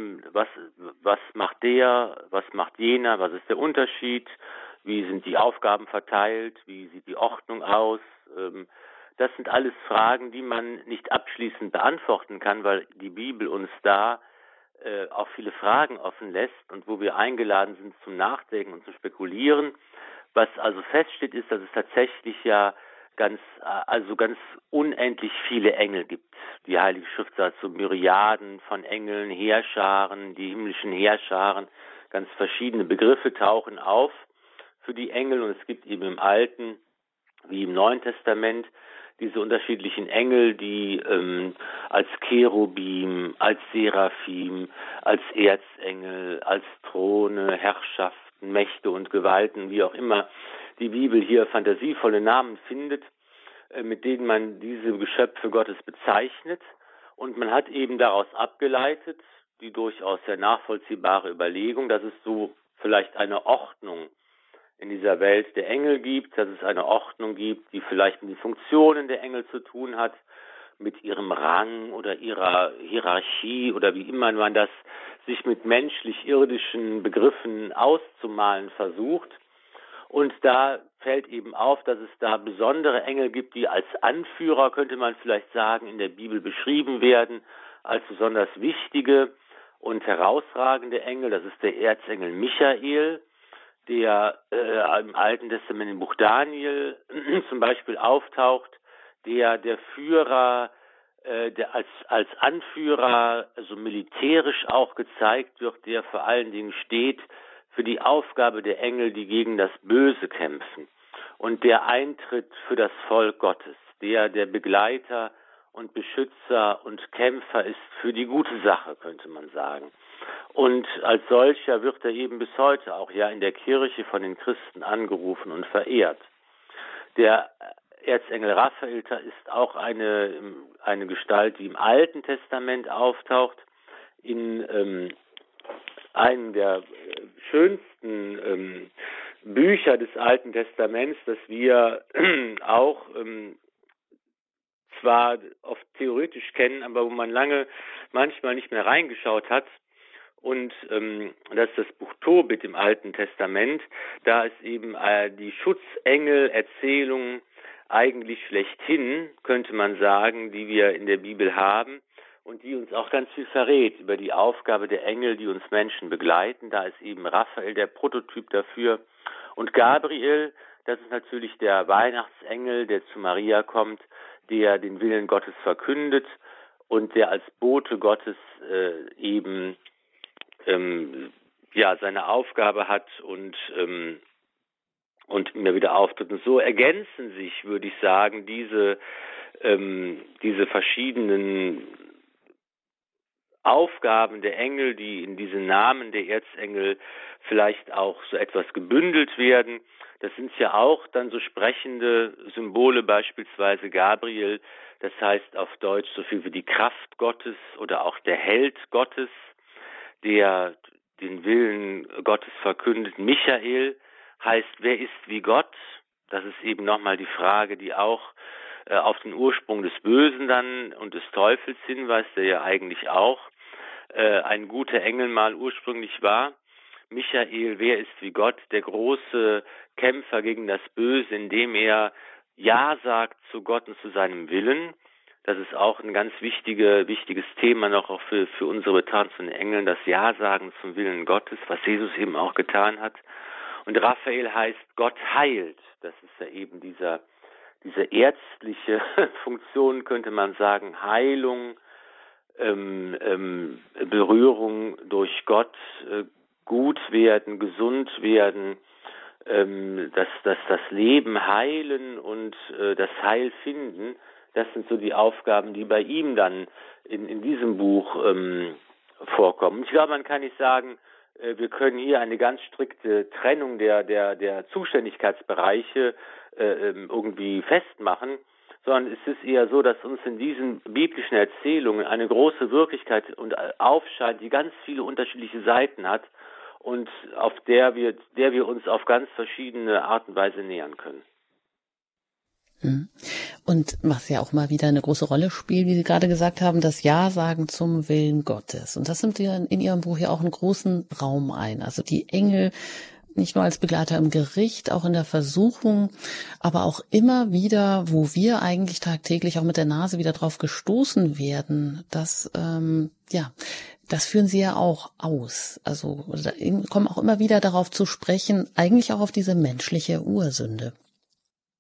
was macht der, was macht jener, was ist der Unterschied, wie sind die Aufgaben verteilt, wie sieht die Ordnung aus, das sind alles Fragen, die man nicht abschließend beantworten kann, weil die Bibel uns da auch viele Fragen offen lässt und wo wir eingeladen sind zum Nachdenken und zum Spekulieren. Was also feststeht, ist, dass es tatsächlich ja ganz unendlich viele Engel gibt. Die Heilige Schrift sagt so Myriaden von Engeln, Heerscharen, die himmlischen Heerscharen, ganz verschiedene Begriffe tauchen auf für die Engel und es gibt eben im Alten wie im Neuen Testament, diese unterschiedlichen Engel, die als Cherubim, als Seraphim, als Erzengel, als Throne, Herrschaften, Mächte und Gewalten, wie auch immer die Bibel hier fantasievolle Namen findet, mit denen man diese Geschöpfe Gottes bezeichnet. Und man hat eben daraus abgeleitet, die durchaus sehr nachvollziehbare Überlegung, dass es so vielleicht eine Ordnung in dieser Welt der Engel gibt, dass es eine Ordnung gibt, die vielleicht mit den Funktionen der Engel zu tun hat, mit ihrem Rang oder ihrer Hierarchie oder wie immer man das sich mit menschlich-irdischen Begriffen auszumalen versucht. Und da fällt eben auf, dass es da besondere Engel gibt, die als Anführer, könnte man vielleicht sagen, in der Bibel beschrieben werden, als besonders wichtige und herausragende Engel. Das ist der Erzengel Michael, der im Alten Testament im Buch Daniel zum Beispiel auftaucht, der Führer, der als Anführer, also militärisch auch gezeigt wird, der vor allen Dingen steht für die Aufgabe der Engel, die gegen das Böse kämpfen, und der eintritt für das Volk Gottes, der Begleiter und Beschützer und Kämpfer ist für die gute Sache, könnte man sagen. Und als solcher wird er eben bis heute auch ja in der Kirche von den Christen angerufen und verehrt. Der Erzengel Raphael ist auch eine Gestalt, die im Alten Testament auftaucht, in einem der schönsten Bücher des Alten Testaments, das wir auch zwar oft theoretisch kennen, aber wo man manchmal nicht mehr reingeschaut hat. Und das ist das Buch Tobit im Alten Testament. Da ist eben die Schutzengel-Erzählung eigentlich schlechthin, könnte man sagen, die wir in der Bibel haben und die uns auch ganz viel verrät über die Aufgabe der Engel, die uns Menschen begleiten. Da ist eben Raphael der Prototyp dafür. Und Gabriel, das ist natürlich der Weihnachtsengel, der zu Maria kommt, der den Willen Gottes verkündet und der als Bote Gottes eben seine Aufgabe hat und immer wieder auftritt. Und so ergänzen sich, würde ich sagen, diese verschiedenen Aufgaben der Engel, die in diesen Namen der Erzengel vielleicht auch so etwas gebündelt werden. Das sind ja auch dann so sprechende Symbole, beispielsweise Gabriel, das heißt auf Deutsch so viel wie die Kraft Gottes oder auch der Held Gottes, der den Willen Gottes verkündet. Michael heißt, wer ist wie Gott? Das ist eben nochmal die Frage, die auch auf den Ursprung des Bösen dann und des Teufels hinweist, der ja eigentlich auch ein guter Engel mal ursprünglich war. Michael, wer ist wie Gott? Der große Kämpfer gegen das Böse, indem er Ja sagt zu Gott und zu seinem Willen. Das ist auch ein ganz wichtiges Thema noch auch für unsere Betrachtung von den Engeln, das Ja-Sagen zum Willen Gottes, was Jesus eben auch getan hat. Und Raphael heißt Gott heilt. Das ist ja eben diese ärztliche Funktion, könnte man sagen, Heilung, Berührung durch Gott, gut werden, gesund werden, das Leben heilen und das Heil finden. Das sind so die Aufgaben, die bei ihm dann in diesem Buch vorkommen. Ich glaube, man kann nicht sagen, wir können hier eine ganz strikte Trennung der Zuständigkeitsbereiche irgendwie festmachen, sondern es ist eher so, dass uns in diesen biblischen Erzählungen eine große Wirklichkeit und aufscheint, die ganz viele unterschiedliche Seiten hat und auf der wir uns auf ganz verschiedene Art und Weise nähern können. Und was ja auch mal wieder eine große Rolle spielt, wie Sie gerade gesagt haben, das Ja-Sagen zum Willen Gottes. Und das nimmt in Ihrem Buch ja auch einen großen Raum ein. Also die Engel, nicht nur als Begleiter im Gericht, auch in der Versuchung, aber auch immer wieder, wo wir eigentlich tagtäglich auch mit der Nase wieder drauf gestoßen werden, das führen Sie ja auch aus. Also kommen auch immer wieder darauf zu sprechen, eigentlich auch auf diese menschliche Ursünde.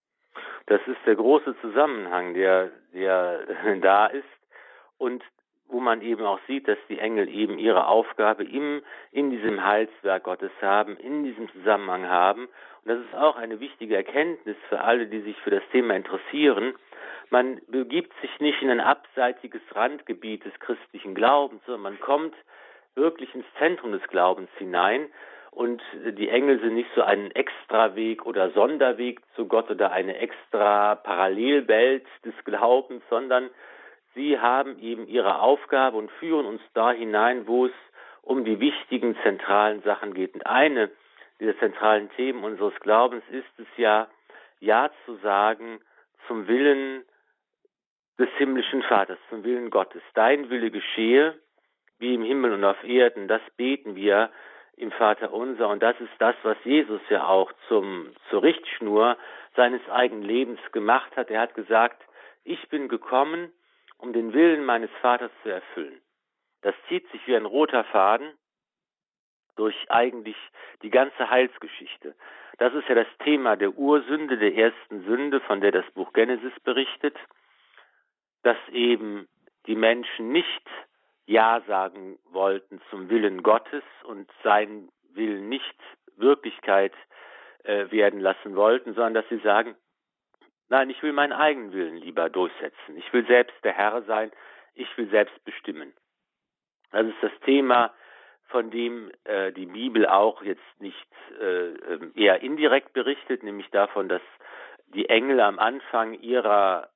Das ist der große Zusammenhang, der da ist und wo man eben auch sieht, dass die Engel eben ihre Aufgabe in diesem Heilswerk Gottes haben, in diesem Zusammenhang haben. Und das ist auch eine wichtige Erkenntnis für alle, die sich für das Thema interessieren. Man begibt sich nicht in ein abseitiges Randgebiet des christlichen Glaubens, sondern man kommt wirklich ins Zentrum des Glaubens hinein. Und die Engel sind nicht so ein Extraweg oder Sonderweg zu Gott oder eine extra Parallelwelt des Glaubens, sondern sie haben eben ihre Aufgabe und führen uns da hinein, wo es um die wichtigen zentralen Sachen geht. Und eine dieser zentralen Themen unseres Glaubens ist es ja zu sagen zum Willen des himmlischen Vaters, zum Willen Gottes. Dein Wille geschehe, wie im Himmel und auf Erden. Das beten wir im Vater unser. Und das ist das, was Jesus ja auch zur Richtschnur seines eigenen Lebens gemacht hat. Er hat gesagt, ich bin gekommen, um den Willen meines Vaters zu erfüllen. Das zieht sich wie ein roter Faden durch eigentlich die ganze Heilsgeschichte. Das ist ja das Thema der Ursünde, der ersten Sünde, von der das Buch Genesis berichtet, dass eben die Menschen nicht Ja sagen wollten zum Willen Gottes und seinen Willen nicht Wirklichkeit werden lassen wollten, sondern dass sie sagen, nein, ich will meinen eigenen Willen lieber durchsetzen. Ich will selbst der Herr sein. Ich will selbst bestimmen. Das ist das Thema, von dem die Bibel auch jetzt nicht eher indirekt berichtet, nämlich davon, dass die Engel am Anfang ihrer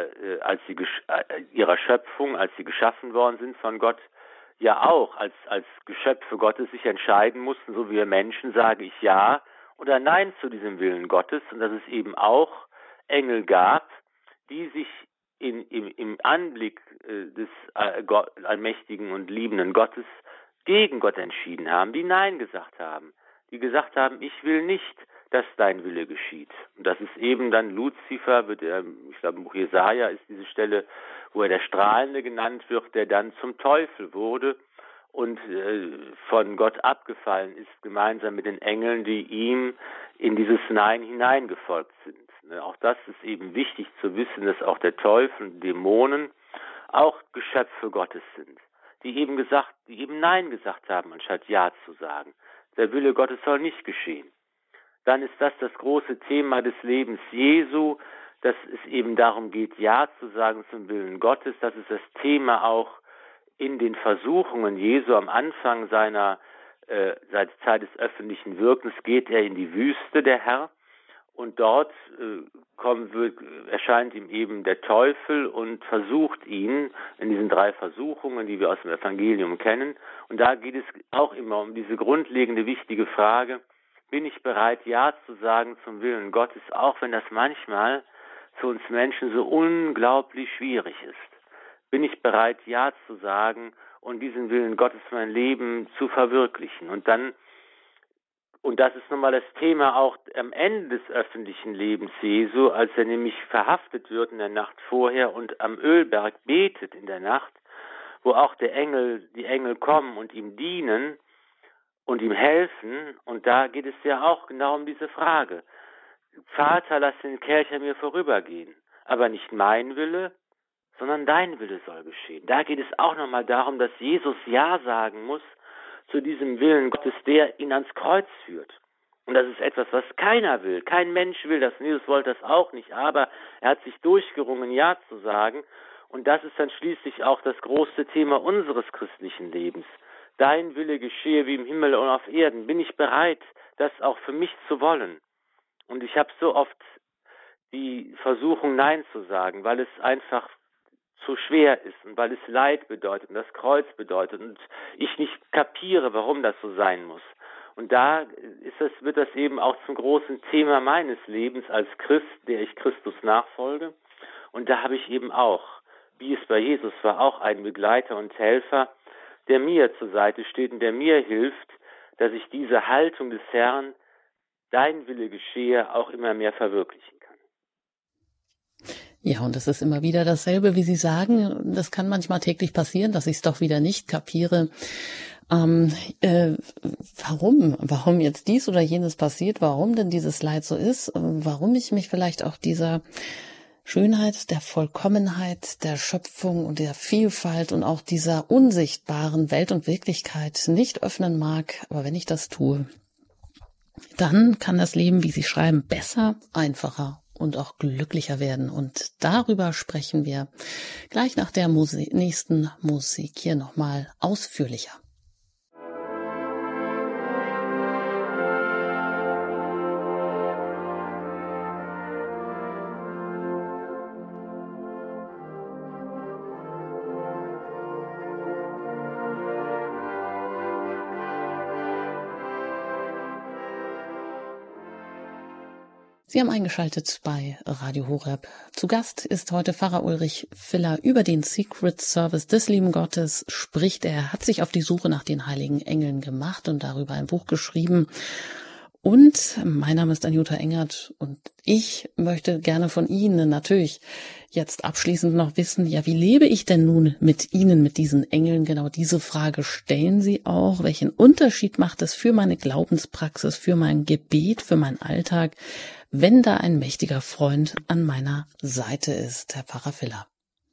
Schöpfung, als sie geschaffen worden sind von Gott, ja auch als Geschöpfe Gottes sich entscheiden mussten, so wie wir Menschen, sage ich Ja oder Nein zu diesem Willen Gottes, und dass es eben auch Engel gab, die sich im Anblick des allmächtigen und liebenden Gottes gegen Gott entschieden haben, die Nein gesagt haben, die gesagt haben, ich will nicht, dass dein Wille geschieht. Und das ist eben dann Luzifer, ich glaube im Buch Jesaja ist diese Stelle, wo er der Strahlende genannt wird, der dann zum Teufel wurde und von Gott abgefallen ist, gemeinsam mit den Engeln, die ihm in dieses Nein hineingefolgt sind. Auch das ist eben wichtig zu wissen, dass auch der Teufel und Dämonen auch Geschöpfe Gottes sind, die eben Nein gesagt haben, anstatt Ja zu sagen. Der Wille Gottes soll nicht geschehen. Dann ist das große Thema des Lebens Jesu, dass es eben darum geht, Ja zu sagen zum Willen Gottes. Das ist das Thema auch in den Versuchungen Jesu am Anfang seiner Zeit des öffentlichen Wirkens, geht er in die Wüste, der Herr, und dort erscheint ihm eben der Teufel und versucht ihn in diesen 3 Versuchungen, die wir aus dem Evangelium kennen. Und da geht es auch immer um diese grundlegende, wichtige Frage, bin ich bereit, Ja zu sagen zum Willen Gottes, auch wenn das manchmal für uns Menschen so unglaublich schwierig ist. Bin ich bereit, Ja zu sagen und diesen Willen Gottes für mein Leben zu verwirklichen. Und das ist nochmal das Thema auch am Ende des öffentlichen Lebens Jesu, als er nämlich verhaftet wird in der Nacht vorher und am Ölberg betet in der Nacht, wo auch die Engel kommen und ihm dienen und ihm helfen. Und da geht es ja auch genau um diese Frage. Vater, lass den Kelch an mir vorübergehen, aber nicht mein Wille, sondern dein Wille soll geschehen. Da geht es auch nochmal darum, dass Jesus Ja sagen muss zu diesem Willen Gottes, der ihn ans Kreuz führt. Und das ist etwas, was keiner will. Kein Mensch will das. Jesus wollte das auch nicht, aber er hat sich durchgerungen, Ja zu sagen. Und das ist dann schließlich auch das große Thema unseres christlichen Lebens. Dein Wille geschehe wie im Himmel und auf Erden. Bin ich bereit, das auch für mich zu wollen? Und ich habe so oft die Versuchung, Nein zu sagen, weil es einfach zu schwer ist und weil es Leid bedeutet und das Kreuz bedeutet und ich nicht kapiere, warum das so sein muss. Und da wird das eben auch zum großen Thema meines Lebens als Christ, der ich Christus nachfolge. Und da habe ich eben auch, wie es bei Jesus war, auch einen Begleiter und Helfer, der mir zur Seite steht und der mir hilft, dass ich diese Haltung des Herrn, dein Wille geschehe, auch immer mehr verwirklichen kann. Ja, und es ist immer wieder dasselbe, wie Sie sagen. Das kann manchmal täglich passieren, dass ich es doch wieder nicht kapiere. Warum jetzt dies oder jenes passiert, warum denn dieses Leid so ist, warum ich mich vielleicht auch dieser Schönheit der Vollkommenheit, der Schöpfung und der Vielfalt und auch dieser unsichtbaren Welt und Wirklichkeit nicht öffnen mag. Aber wenn ich das tue, dann kann das Leben, wie Sie schreiben, besser, einfacher und auch glücklicher werden. Und darüber sprechen wir gleich nach der nächsten Musik hier nochmal ausführlicher. Sie haben eingeschaltet bei Radio Horeb. Zu Gast ist heute Pfarrer Ulrich Filler. Über den Secret Service des lieben Gottes spricht er, hat sich auf die Suche nach den heiligen Engeln gemacht und darüber ein Buch geschrieben. Und mein Name ist Anjuta Engert und ich möchte gerne von Ihnen natürlich jetzt abschließend noch wissen, ja, wie lebe ich denn nun mit Ihnen, mit diesen Engeln? Genau diese Frage stellen Sie auch. Welchen Unterschied macht es für meine Glaubenspraxis, für mein Gebet, für meinen Alltag, wenn da ein mächtiger Freund an meiner Seite ist, Herr Pfarrer Filler?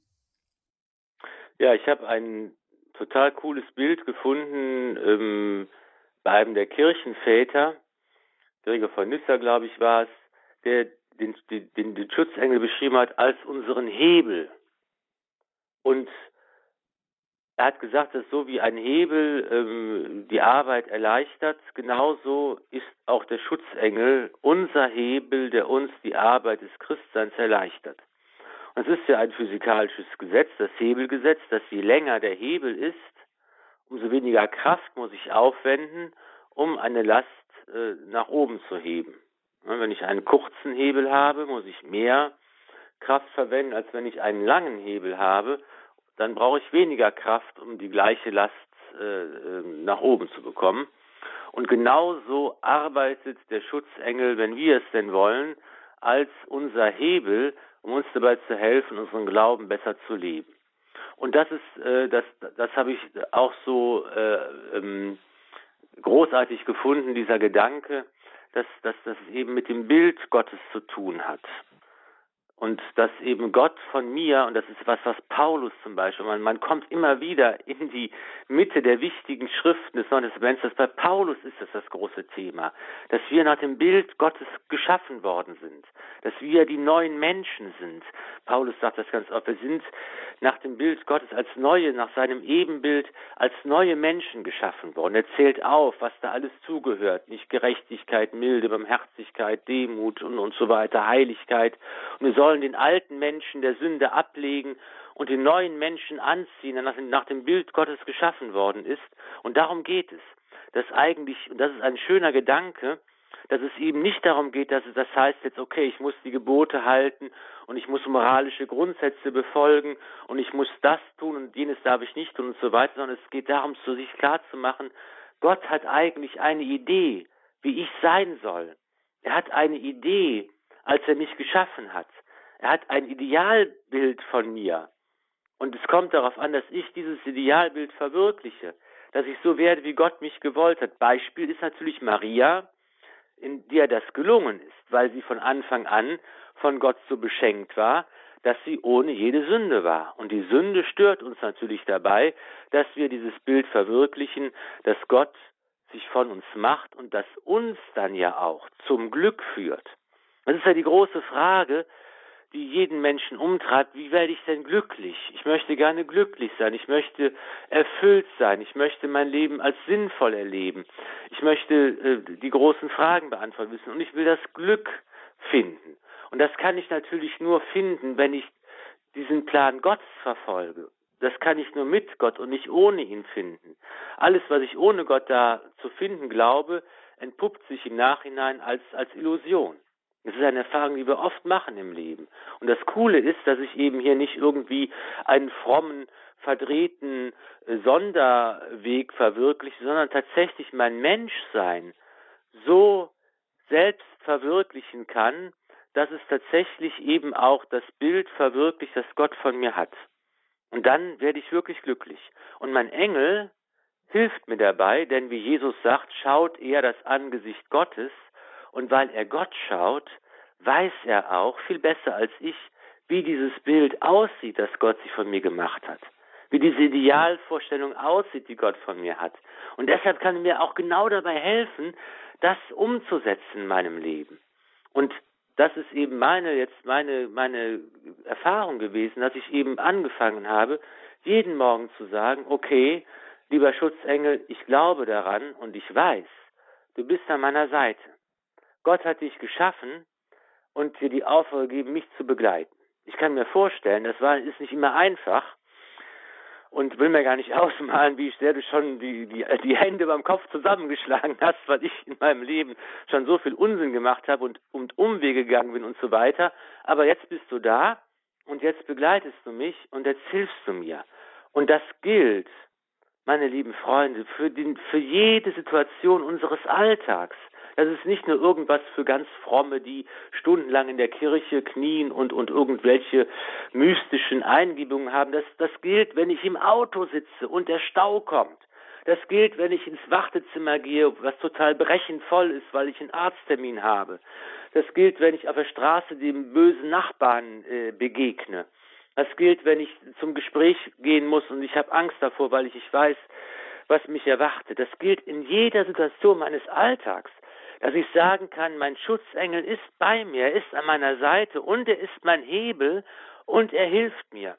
Ja, ich habe ein total cooles Bild gefunden bei einem der Kirchenväter, Gregor von Nyssa, glaube ich, war es, der den Schutzengel beschrieben hat als unseren Hebel. Und er hat gesagt, dass so wie ein Hebel die Arbeit erleichtert, genauso ist auch der Schutzengel unser Hebel, der uns die Arbeit des Christseins erleichtert. Und es ist ja ein physikalisches Gesetz, das Hebelgesetz, dass je länger der Hebel ist, umso weniger Kraft muss ich aufwenden, um eine Last nach oben zu heben. Wenn ich einen kurzen Hebel habe, muss ich mehr Kraft verwenden, als wenn ich einen langen Hebel habe. Dann brauche ich weniger Kraft, um die gleiche Last nach oben zu bekommen. Und genauso arbeitet der Schutzengel, wenn wir es denn wollen, als unser Hebel, um uns dabei zu helfen, unseren Glauben besser zu leben. Und das ist, das habe ich auch so großartig gefunden, dieser Gedanke, dass das eben mit dem Bild Gottes zu tun hat. Und dass eben Gott von mir, und das ist was Paulus zum Beispiel, man kommt immer wieder in die Mitte der wichtigen Schriften des Neuen Testaments, bei Paulus ist das große Thema, dass wir nach dem Bild Gottes geschaffen worden sind, dass wir die neuen Menschen sind. Paulus sagt das ganz oft, wir sind nach dem Bild Gottes als neue, nach seinem Ebenbild, als neue Menschen geschaffen worden. Er zählt auf, was da alles zugehört, nicht Gerechtigkeit, Milde, Barmherzigkeit, Demut und so weiter, Heiligkeit. Und wir sollen den alten Menschen der Sünde ablegen und den neuen Menschen anziehen, der nach dem Bild Gottes geschaffen worden ist. Und darum geht es. Dass eigentlich, und das ist ein schöner Gedanke, dass es eben nicht darum geht, dass das heißt jetzt, okay, ich muss die Gebote halten und ich muss moralische Grundsätze befolgen und ich muss das tun und jenes darf ich nicht tun und so weiter, sondern es geht darum, sich klar zu machen, Gott hat eigentlich eine Idee, wie ich sein soll. Er hat eine Idee, als er mich geschaffen hat. Er hat ein Idealbild von mir. Und es kommt darauf an, dass ich dieses Idealbild verwirkliche, dass ich so werde, wie Gott mich gewollt hat. Beispiel ist natürlich Maria, in der das gelungen ist, weil sie von Anfang an von Gott so beschenkt war, dass sie ohne jede Sünde war. Und die Sünde stört uns natürlich dabei, dass wir dieses Bild verwirklichen, dass Gott sich von uns macht und das uns dann ja auch zum Glück führt. Das ist ja die große Frage, die jeden Menschen umtreibt, wie werde ich denn glücklich? Ich möchte gerne glücklich sein, ich möchte erfüllt sein, ich möchte mein Leben als sinnvoll erleben, ich möchte die großen Fragen beantworten wissen und ich will das Glück finden. Und das kann ich natürlich nur finden, wenn ich diesen Plan Gottes verfolge. Das kann ich nur mit Gott und nicht ohne ihn finden. Alles, was ich ohne Gott da zu finden glaube, entpuppt sich im Nachhinein als Illusion. Das ist eine Erfahrung, die wir oft machen im Leben. Und das Coole ist, dass ich eben hier nicht irgendwie einen frommen, verdrehten Sonderweg verwirkliche, sondern tatsächlich mein Menschsein so selbst verwirklichen kann, dass es tatsächlich eben auch das Bild verwirklicht, das Gott von mir hat. Und dann werde ich wirklich glücklich. Und mein Engel hilft mir dabei, denn wie Jesus sagt, schaut er das Angesicht Gottes. Und weil er Gott schaut, weiß er auch viel besser als ich, wie dieses Bild aussieht, das Gott sich von mir gemacht hat. Wie diese Idealvorstellung aussieht, die Gott von mir hat. Und deshalb kann er mir auch genau dabei helfen, das umzusetzen in meinem Leben. Und das ist eben meine Erfahrung gewesen, dass ich eben angefangen habe, jeden Morgen zu sagen, okay, lieber Schutzengel, ich glaube daran und ich weiß, du bist an meiner Seite. Gott hat dich geschaffen und dir die Aufgabe gegeben, mich zu begleiten. Ich kann mir vorstellen, ist nicht immer einfach und will mir gar nicht ausmalen, wie sehr du schon die Hände beim Kopf zusammengeschlagen hast, weil ich in meinem Leben schon so viel Unsinn gemacht habe und Umwege gegangen bin und so weiter. Aber jetzt bist du da und jetzt begleitest du mich und jetzt hilfst du mir. Und das gilt, meine lieben Freunde, für jede Situation unseres Alltags. Das ist nicht nur irgendwas für ganz Fromme, die stundenlang in der Kirche knien und irgendwelche mystischen Eingebungen haben. Das gilt, wenn ich im Auto sitze und der Stau kommt. Das gilt, wenn ich ins Wartezimmer gehe, was total brechend voll ist, weil ich einen Arzttermin habe. Das gilt, wenn ich auf der Straße dem bösen Nachbarn begegne. Das gilt, wenn ich zum Gespräch gehen muss und ich habe Angst davor, weil ich weiß, was mich erwartet. Das gilt in jeder Situation meines Alltags, dass ich sagen kann, mein Schutzengel ist bei mir, er ist an meiner Seite und er ist mein Hebel und er hilft mir.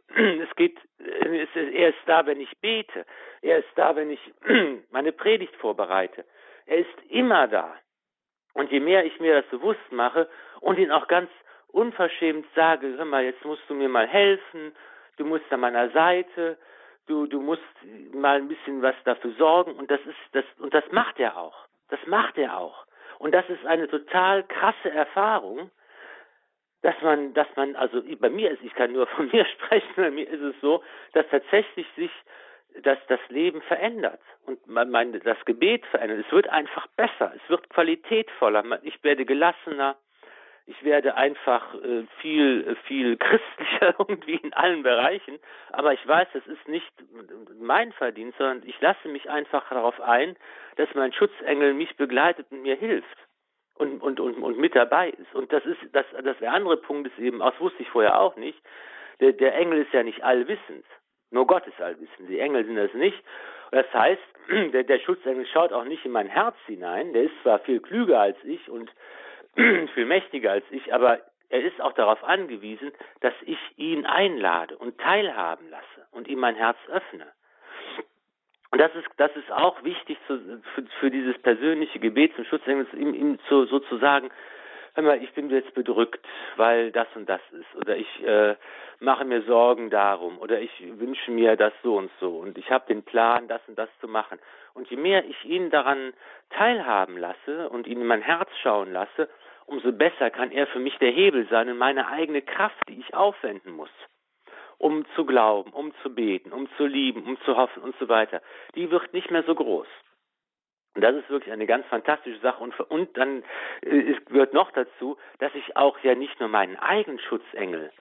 Er ist da, wenn ich bete. Er ist da, wenn ich meine Predigt vorbereite. Er ist immer da. Und je mehr ich mir das bewusst mache und ihn auch ganz unverschämt sage, hör mal, jetzt musst du mir mal helfen, du musst an meiner Seite, du musst mal ein bisschen was dafür sorgen und das macht er auch. Das macht er auch. Und das ist eine total krasse Erfahrung, dass man, also bei mir ist, ich kann nur von mir sprechen, bei mir ist es so, dass tatsächlich sich das Leben verändert und das Gebet verändert. Es wird einfach besser, es wird qualitätvoller, ich werde gelassener, ich werde einfach viel christlicher irgendwie in allen Bereichen, aber ich weiß, das ist nicht mein Verdienst, sondern ich lasse mich einfach darauf ein, dass mein Schutzengel mich begleitet und mir hilft und mit dabei ist. Und der andere Punkt ist eben, das wusste ich vorher auch nicht, der Engel ist ja nicht allwissend. Nur Gott ist allwissend. Die Engel sind das nicht. Das heißt, der Schutzengel schaut auch nicht in mein Herz hinein. Der ist zwar viel klüger als ich und viel mächtiger als ich, aber er ist auch darauf angewiesen, dass ich ihn einlade und teilhaben lasse und ihm mein Herz öffne. Und das ist auch wichtig für dieses persönliche Gebet zum Schutzengel, ihm sozusagen, hör mal, ich bin jetzt bedrückt, weil das und das ist, oder ich mache mir Sorgen darum, oder ich wünsche mir das so und so und ich habe den Plan, das und das zu machen. Und je mehr ich ihn daran teilhaben lasse und ihn in mein Herz schauen lasse, umso besser kann er für mich der Hebel sein und meine eigene Kraft, die ich aufwenden muss, um zu glauben, um zu beten, um zu lieben, um zu hoffen und so weiter, die wird nicht mehr so groß. Und das ist wirklich eine ganz fantastische Sache. Und dann gehört noch dazu, dass ich auch ja nicht nur meinen eigenen Schutzengel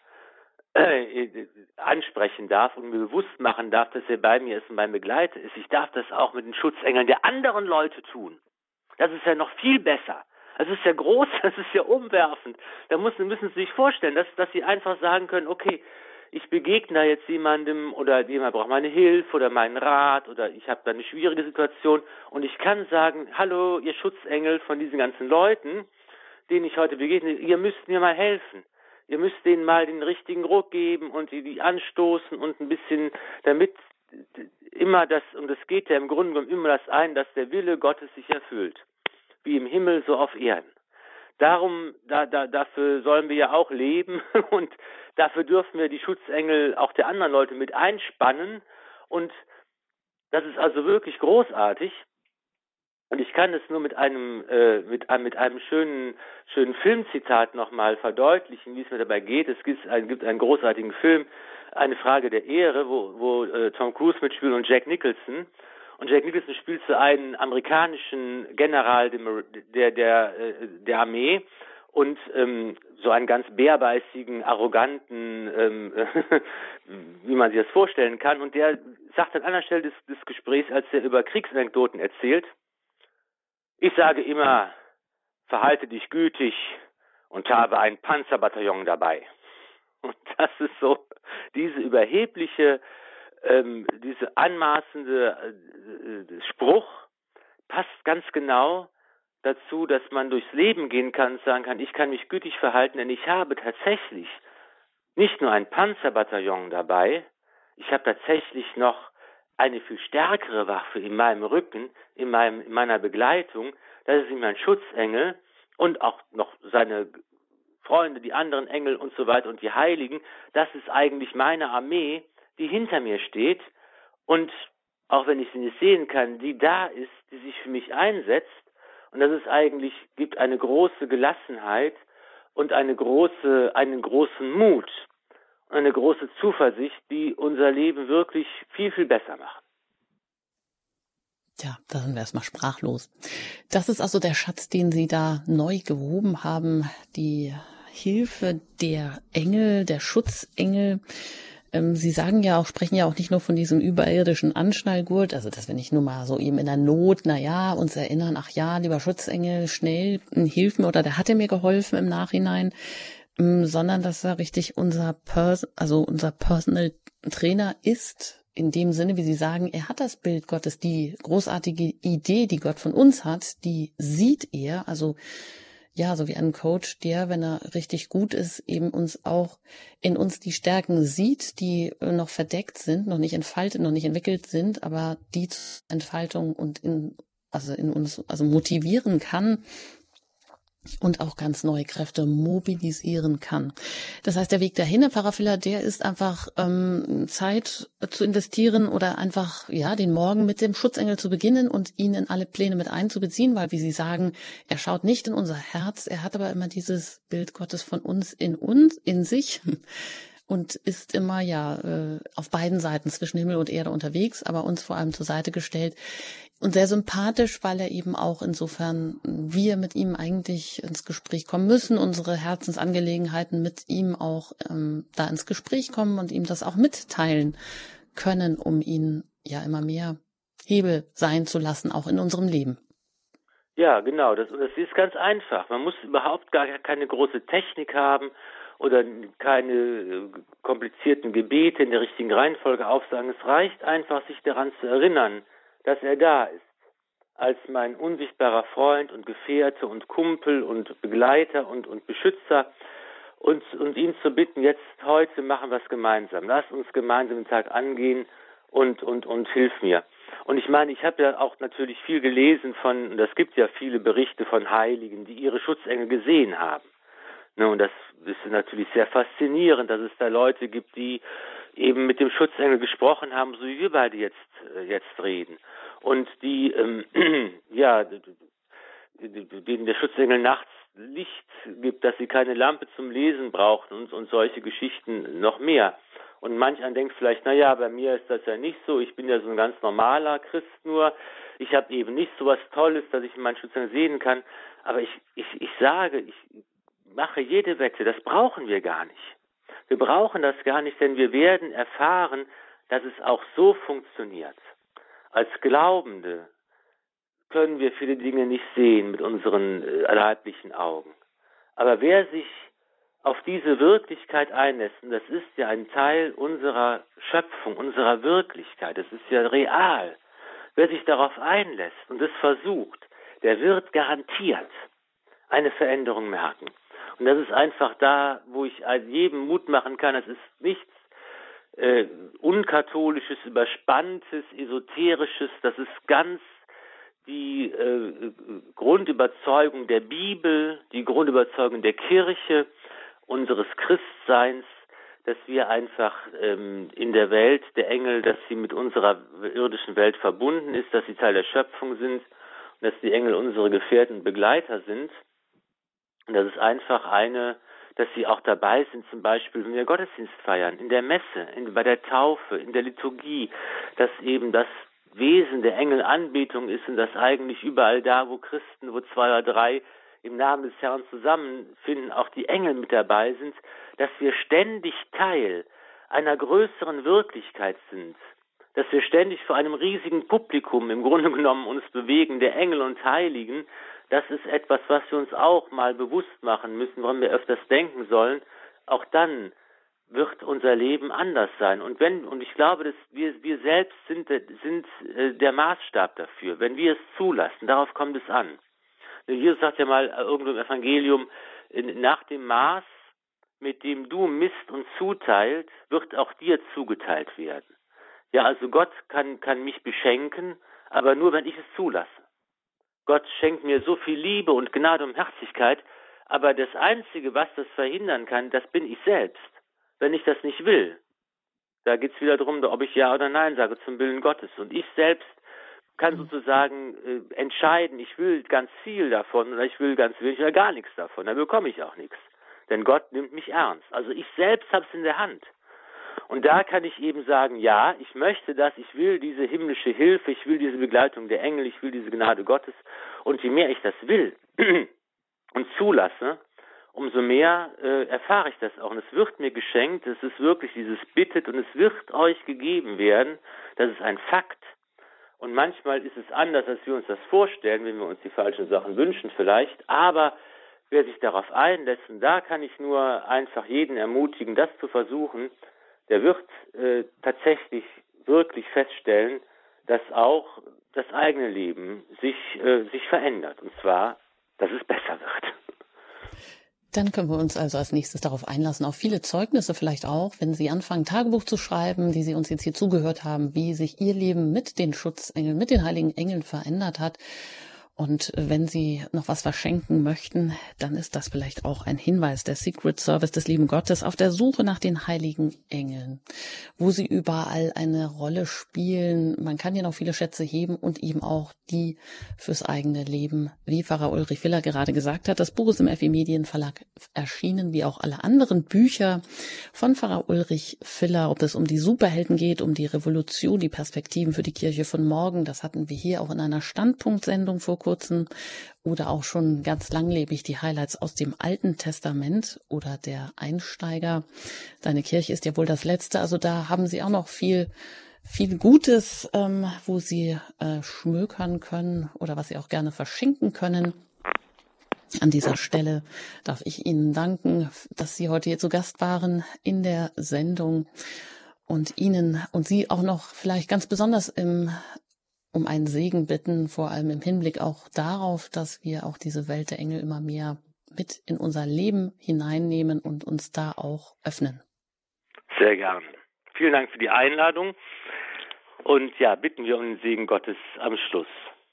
ansprechen darf und mir bewusst machen darf, dass er bei mir ist und mein Begleiter ist. Ich darf das auch mit den Schutzengeln der anderen Leute tun. Das ist ja noch viel besser. Das ist ja groß, das ist ja umwerfend. Da müssen Sie sich vorstellen, dass Sie einfach sagen können, okay, ich begegne da jetzt jemandem oder jemand braucht meine Hilfe oder meinen Rat oder ich habe da eine schwierige Situation und ich kann sagen, hallo, ihr Schutzengel von diesen ganzen Leuten, denen ich heute begegne, ihr müsst mir mal helfen. Ihr müsst denen mal den richtigen Ruck geben und die anstoßen und ein bisschen, damit immer das, und es geht ja im Grunde genommen immer das ein, dass der Wille Gottes sich erfüllt. Wie im Himmel, so auf Erden. Dafür sollen wir ja auch leben und dafür dürfen wir die Schutzengel auch der anderen Leute mit einspannen und das ist also wirklich großartig und ich kann es nur mit einem schönen Filmzitat nochmal verdeutlichen, wie es mir dabei geht. Es gibt einen großartigen Film, Eine Frage der Ehre, wo Tom Cruise mitspielt und Jack Nicholson. Und Jack Nicholson spielt so einen amerikanischen General der Armee und so einen ganz bärbeißigen, arroganten, wie man sich das vorstellen kann. Und der sagt an einer Stelle des Gesprächs, als er über Kriegsanekdoten erzählt, ich sage immer, verhalte dich gütig und habe ein Panzerbataillon dabei. Und das ist so, diese überhebliche, diese anmaßende Spruch passt ganz genau dazu, dass man durchs Leben gehen kann und sagen kann, ich kann mich gütig verhalten, denn ich habe tatsächlich nicht nur ein Panzerbataillon dabei, ich habe tatsächlich noch eine viel stärkere Waffe in meinem Rücken, in meiner Begleitung, das ist mein Schutzengel und auch noch seine Freunde, die anderen Engel und so weiter und die Heiligen, das ist eigentlich meine Armee, die hinter mir steht und auch wenn ich sie nicht sehen kann, die da ist, die sich für mich einsetzt und das ist eigentlich, gibt eine große Gelassenheit und einen großen Mut und eine große Zuversicht, die unser Leben wirklich viel, viel besser machen. Tja, da sind wir erstmal sprachlos. Das ist also der Schatz, den Sie da neu gehoben haben, die Hilfe der Engel, der Schutzengel. Sie sagen ja auch, sprechen ja auch nicht nur von diesem überirdischen Anschnallgurt, also dass wir nicht nur mal so eben in der Not, uns erinnern, ach ja, lieber Schutzengel, schnell, hilf mir oder der hatte mir geholfen im Nachhinein, sondern dass er richtig unser Personal Trainer ist, in dem Sinne, wie Sie sagen, er hat das Bild Gottes, die großartige Idee, die Gott von uns hat, die sieht er, also ja, so wie ein Coach, der, wenn er richtig gut ist, eben uns auch in uns die Stärken sieht, die noch verdeckt sind, noch nicht entfaltet, noch nicht entwickelt sind, aber die zur Entfaltung und in uns motivieren kann und auch ganz neue Kräfte mobilisieren kann. Das heißt, der Weg dahin, Herr Pfarrer Filler, der ist einfach Zeit zu investieren oder einfach den Morgen mit dem Schutzengel zu beginnen und ihn in alle Pläne mit einzubeziehen, weil, wie Sie sagen, er schaut nicht in unser Herz, er hat aber immer dieses Bild Gottes von uns, in sich und ist immer auf beiden Seiten zwischen Himmel und Erde unterwegs, aber uns vor allem zur Seite gestellt. Und sehr sympathisch, weil er eben auch insofern wir mit ihm eigentlich ins Gespräch kommen müssen, unsere Herzensangelegenheiten mit ihm auch da ins Gespräch kommen und ihm das auch mitteilen können, um ihn immer mehr Hebel sein zu lassen, auch in unserem Leben. Ja, genau, das ist ganz einfach. Man muss überhaupt gar keine große Technik haben oder keine komplizierten Gebete in der richtigen Reihenfolge aufsagen. Es reicht einfach, sich daran zu erinnern, dass er da ist, als mein unsichtbarer Freund und Gefährte und Kumpel und Begleiter und Beschützer und ihn zu bitten, heute machen wir es gemeinsam. Lass uns gemeinsam den Tag angehen und hilf mir. Und ich meine, ich habe ja auch natürlich viel gelesen es gibt ja viele Berichte von Heiligen, die ihre Schutzengel gesehen haben. Und das ist natürlich sehr faszinierend, dass es da Leute gibt, die eben mit dem Schutzengel gesprochen haben, so wie wir beide jetzt reden. Und die, denen der Schutzengel nachts Licht gibt, dass sie keine Lampe zum Lesen brauchen und solche Geschichten noch mehr. Und manch einer denkt vielleicht, bei mir ist das ja nicht so, ich bin ja so ein ganz normaler Christ nur, ich habe eben nicht so was Tolles, dass ich meinen Schutzengel sehen kann, aber ich mache jede Wette, das brauchen wir gar nicht. Wir brauchen das gar nicht, denn wir werden erfahren, dass es auch so funktioniert. Als Glaubende können wir viele Dinge nicht sehen mit unseren leiblichen Augen. Aber wer sich auf diese Wirklichkeit einlässt, und das ist ja ein Teil unserer Schöpfung, unserer Wirklichkeit, das ist ja real, wer sich darauf einlässt und es versucht, der wird garantiert eine Veränderung merken. Und das ist einfach da, wo ich jedem Mut machen kann, es ist nichts unkatholisches, überspanntes, esoterisches, das ist ganz die Grundüberzeugung der Bibel, die Grundüberzeugung der Kirche, unseres Christseins, dass wir einfach in der Welt der Engel, dass sie mit unserer irdischen Welt verbunden ist, dass sie Teil der Schöpfung sind und dass die Engel unsere Gefährten und Begleiter sind. Und das ist einfach dass sie auch dabei sind, zum Beispiel, wenn wir Gottesdienst feiern, in der Messe, bei der Taufe, in der Liturgie, dass eben das Wesen der Engelanbetung ist und dass eigentlich überall da, wo 2 oder 3 im Namen des Herrn zusammenfinden, auch die Engel mit dabei sind, dass wir ständig Teil einer größeren Wirklichkeit sind, dass wir ständig vor einem riesigen Publikum im Grunde genommen uns bewegen, der Engel und Heiligen. Das ist etwas, was wir uns auch mal bewusst machen müssen, woran wir öfters denken sollen. Auch dann wird unser Leben anders sein. Und ich glaube, dass wir selbst sind der Maßstab dafür, wenn wir es zulassen. Darauf kommt es an. Jesus sagt ja mal irgendwo im Evangelium, nach dem Maß, mit dem du misst und zuteilt, wird auch dir zugeteilt werden. Ja, also Gott kann mich beschenken, aber nur, wenn ich es zulasse. Gott schenkt mir so viel Liebe und Gnade und Herzlichkeit, aber das Einzige, was das verhindern kann, das bin ich selbst. Wenn ich das nicht will, da geht es wieder darum, ob ich Ja oder Nein sage zum Willen Gottes. Und ich selbst kann sozusagen entscheiden, ich will ganz viel davon oder ich will ganz wenig oder gar nichts davon. Dann bekomme ich auch nichts. Denn Gott nimmt mich ernst. Also ich selbst habe es in der Hand. Und da kann ich eben sagen, ja, ich möchte das, ich will diese himmlische Hilfe, ich will diese Begleitung der Engel, ich will diese Gnade Gottes. Und je mehr ich das will und zulasse, umso mehr erfahre ich das auch. Und es wird mir geschenkt, es ist wirklich dieses Bittet und es wird euch gegeben werden. Das ist ein Fakt. Und manchmal ist es anders, als wir uns das vorstellen, wenn wir uns die falschen Sachen wünschen vielleicht. Aber wer sich darauf einlässt, und da kann ich nur einfach jeden ermutigen, das zu versuchen, der wird tatsächlich wirklich feststellen, dass auch das eigene Leben sich verändert. Und zwar, dass es besser wird. Dann können wir uns also als nächstes darauf einlassen, auf viele Zeugnisse vielleicht auch, wenn Sie anfangen, Tagebuch zu schreiben, die Sie uns jetzt hier zugehört haben, wie sich Ihr Leben mit den Schutzengeln, mit den heiligen Engeln verändert hat. Und wenn Sie noch was verschenken möchten, dann ist das vielleicht auch ein Hinweis, der Secret Service des lieben Gottes auf der Suche nach den heiligen Engeln, wo sie überall eine Rolle spielen. Man kann ja noch viele Schätze heben und eben auch die fürs eigene Leben, wie Pfarrer Ulrich Filler gerade gesagt hat. Das Buch ist im FE Medienverlag erschienen, wie auch alle anderen Bücher von Pfarrer Ulrich Filler, ob es um die Superhelden geht, um die Revolution, die Perspektiven für die Kirche von morgen. Das hatten wir hier auch in einer Standpunktsendung vor kurzem. Oder auch schon ganz langlebig die Highlights aus dem Alten Testament oder der Einsteiger. Deine Kirche ist ja wohl das Letzte. Also da haben Sie auch noch viel Gutes, wo Sie schmökern können oder was Sie auch gerne verschenken können. An dieser Stelle darf ich Ihnen danken, dass Sie heute hier zu Gast waren in der Sendung und Ihnen und Sie auch noch vielleicht ganz besonders um einen Segen bitten, vor allem im Hinblick auch darauf, dass wir auch diese Welt der Engel immer mehr mit in unser Leben hineinnehmen und uns da auch öffnen. Sehr gern. Vielen Dank für die Einladung und ja, bitten wir um den Segen Gottes am Schluss.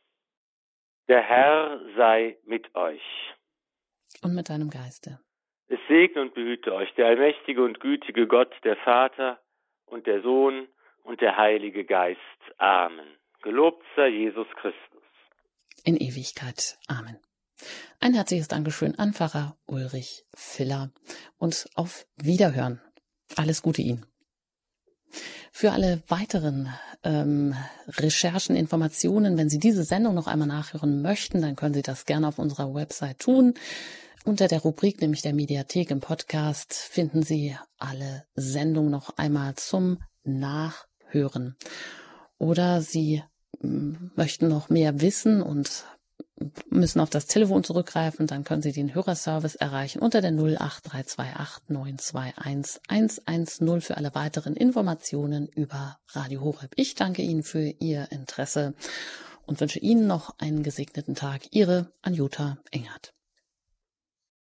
Der Herr sei mit euch. Und mit deinem Geiste. Es segne und behüte euch der allmächtige und gütige Gott, der Vater und der Sohn und der Heilige Geist. Amen. Gelobt sei Jesus Christus. In Ewigkeit. Amen. Ein herzliches Dankeschön an Pfarrer Ulrich Filler und auf Wiederhören. Alles Gute Ihnen. Für alle weiteren Recherchen, Informationen, wenn Sie diese Sendung noch einmal nachhören möchten, dann können Sie das gerne auf unserer Website tun. Unter der Rubrik, nämlich der Mediathek im Podcast, finden Sie alle Sendungen noch einmal zum Nachhören. Oder Sie möchten noch mehr wissen und müssen auf das Telefon zurückgreifen, dann können Sie den Hörerservice erreichen unter der 08328 921 110 für alle weiteren Informationen über Radio Horeb. Ich danke Ihnen für Ihr Interesse und wünsche Ihnen noch einen gesegneten Tag. Ihre Anjuta Engert.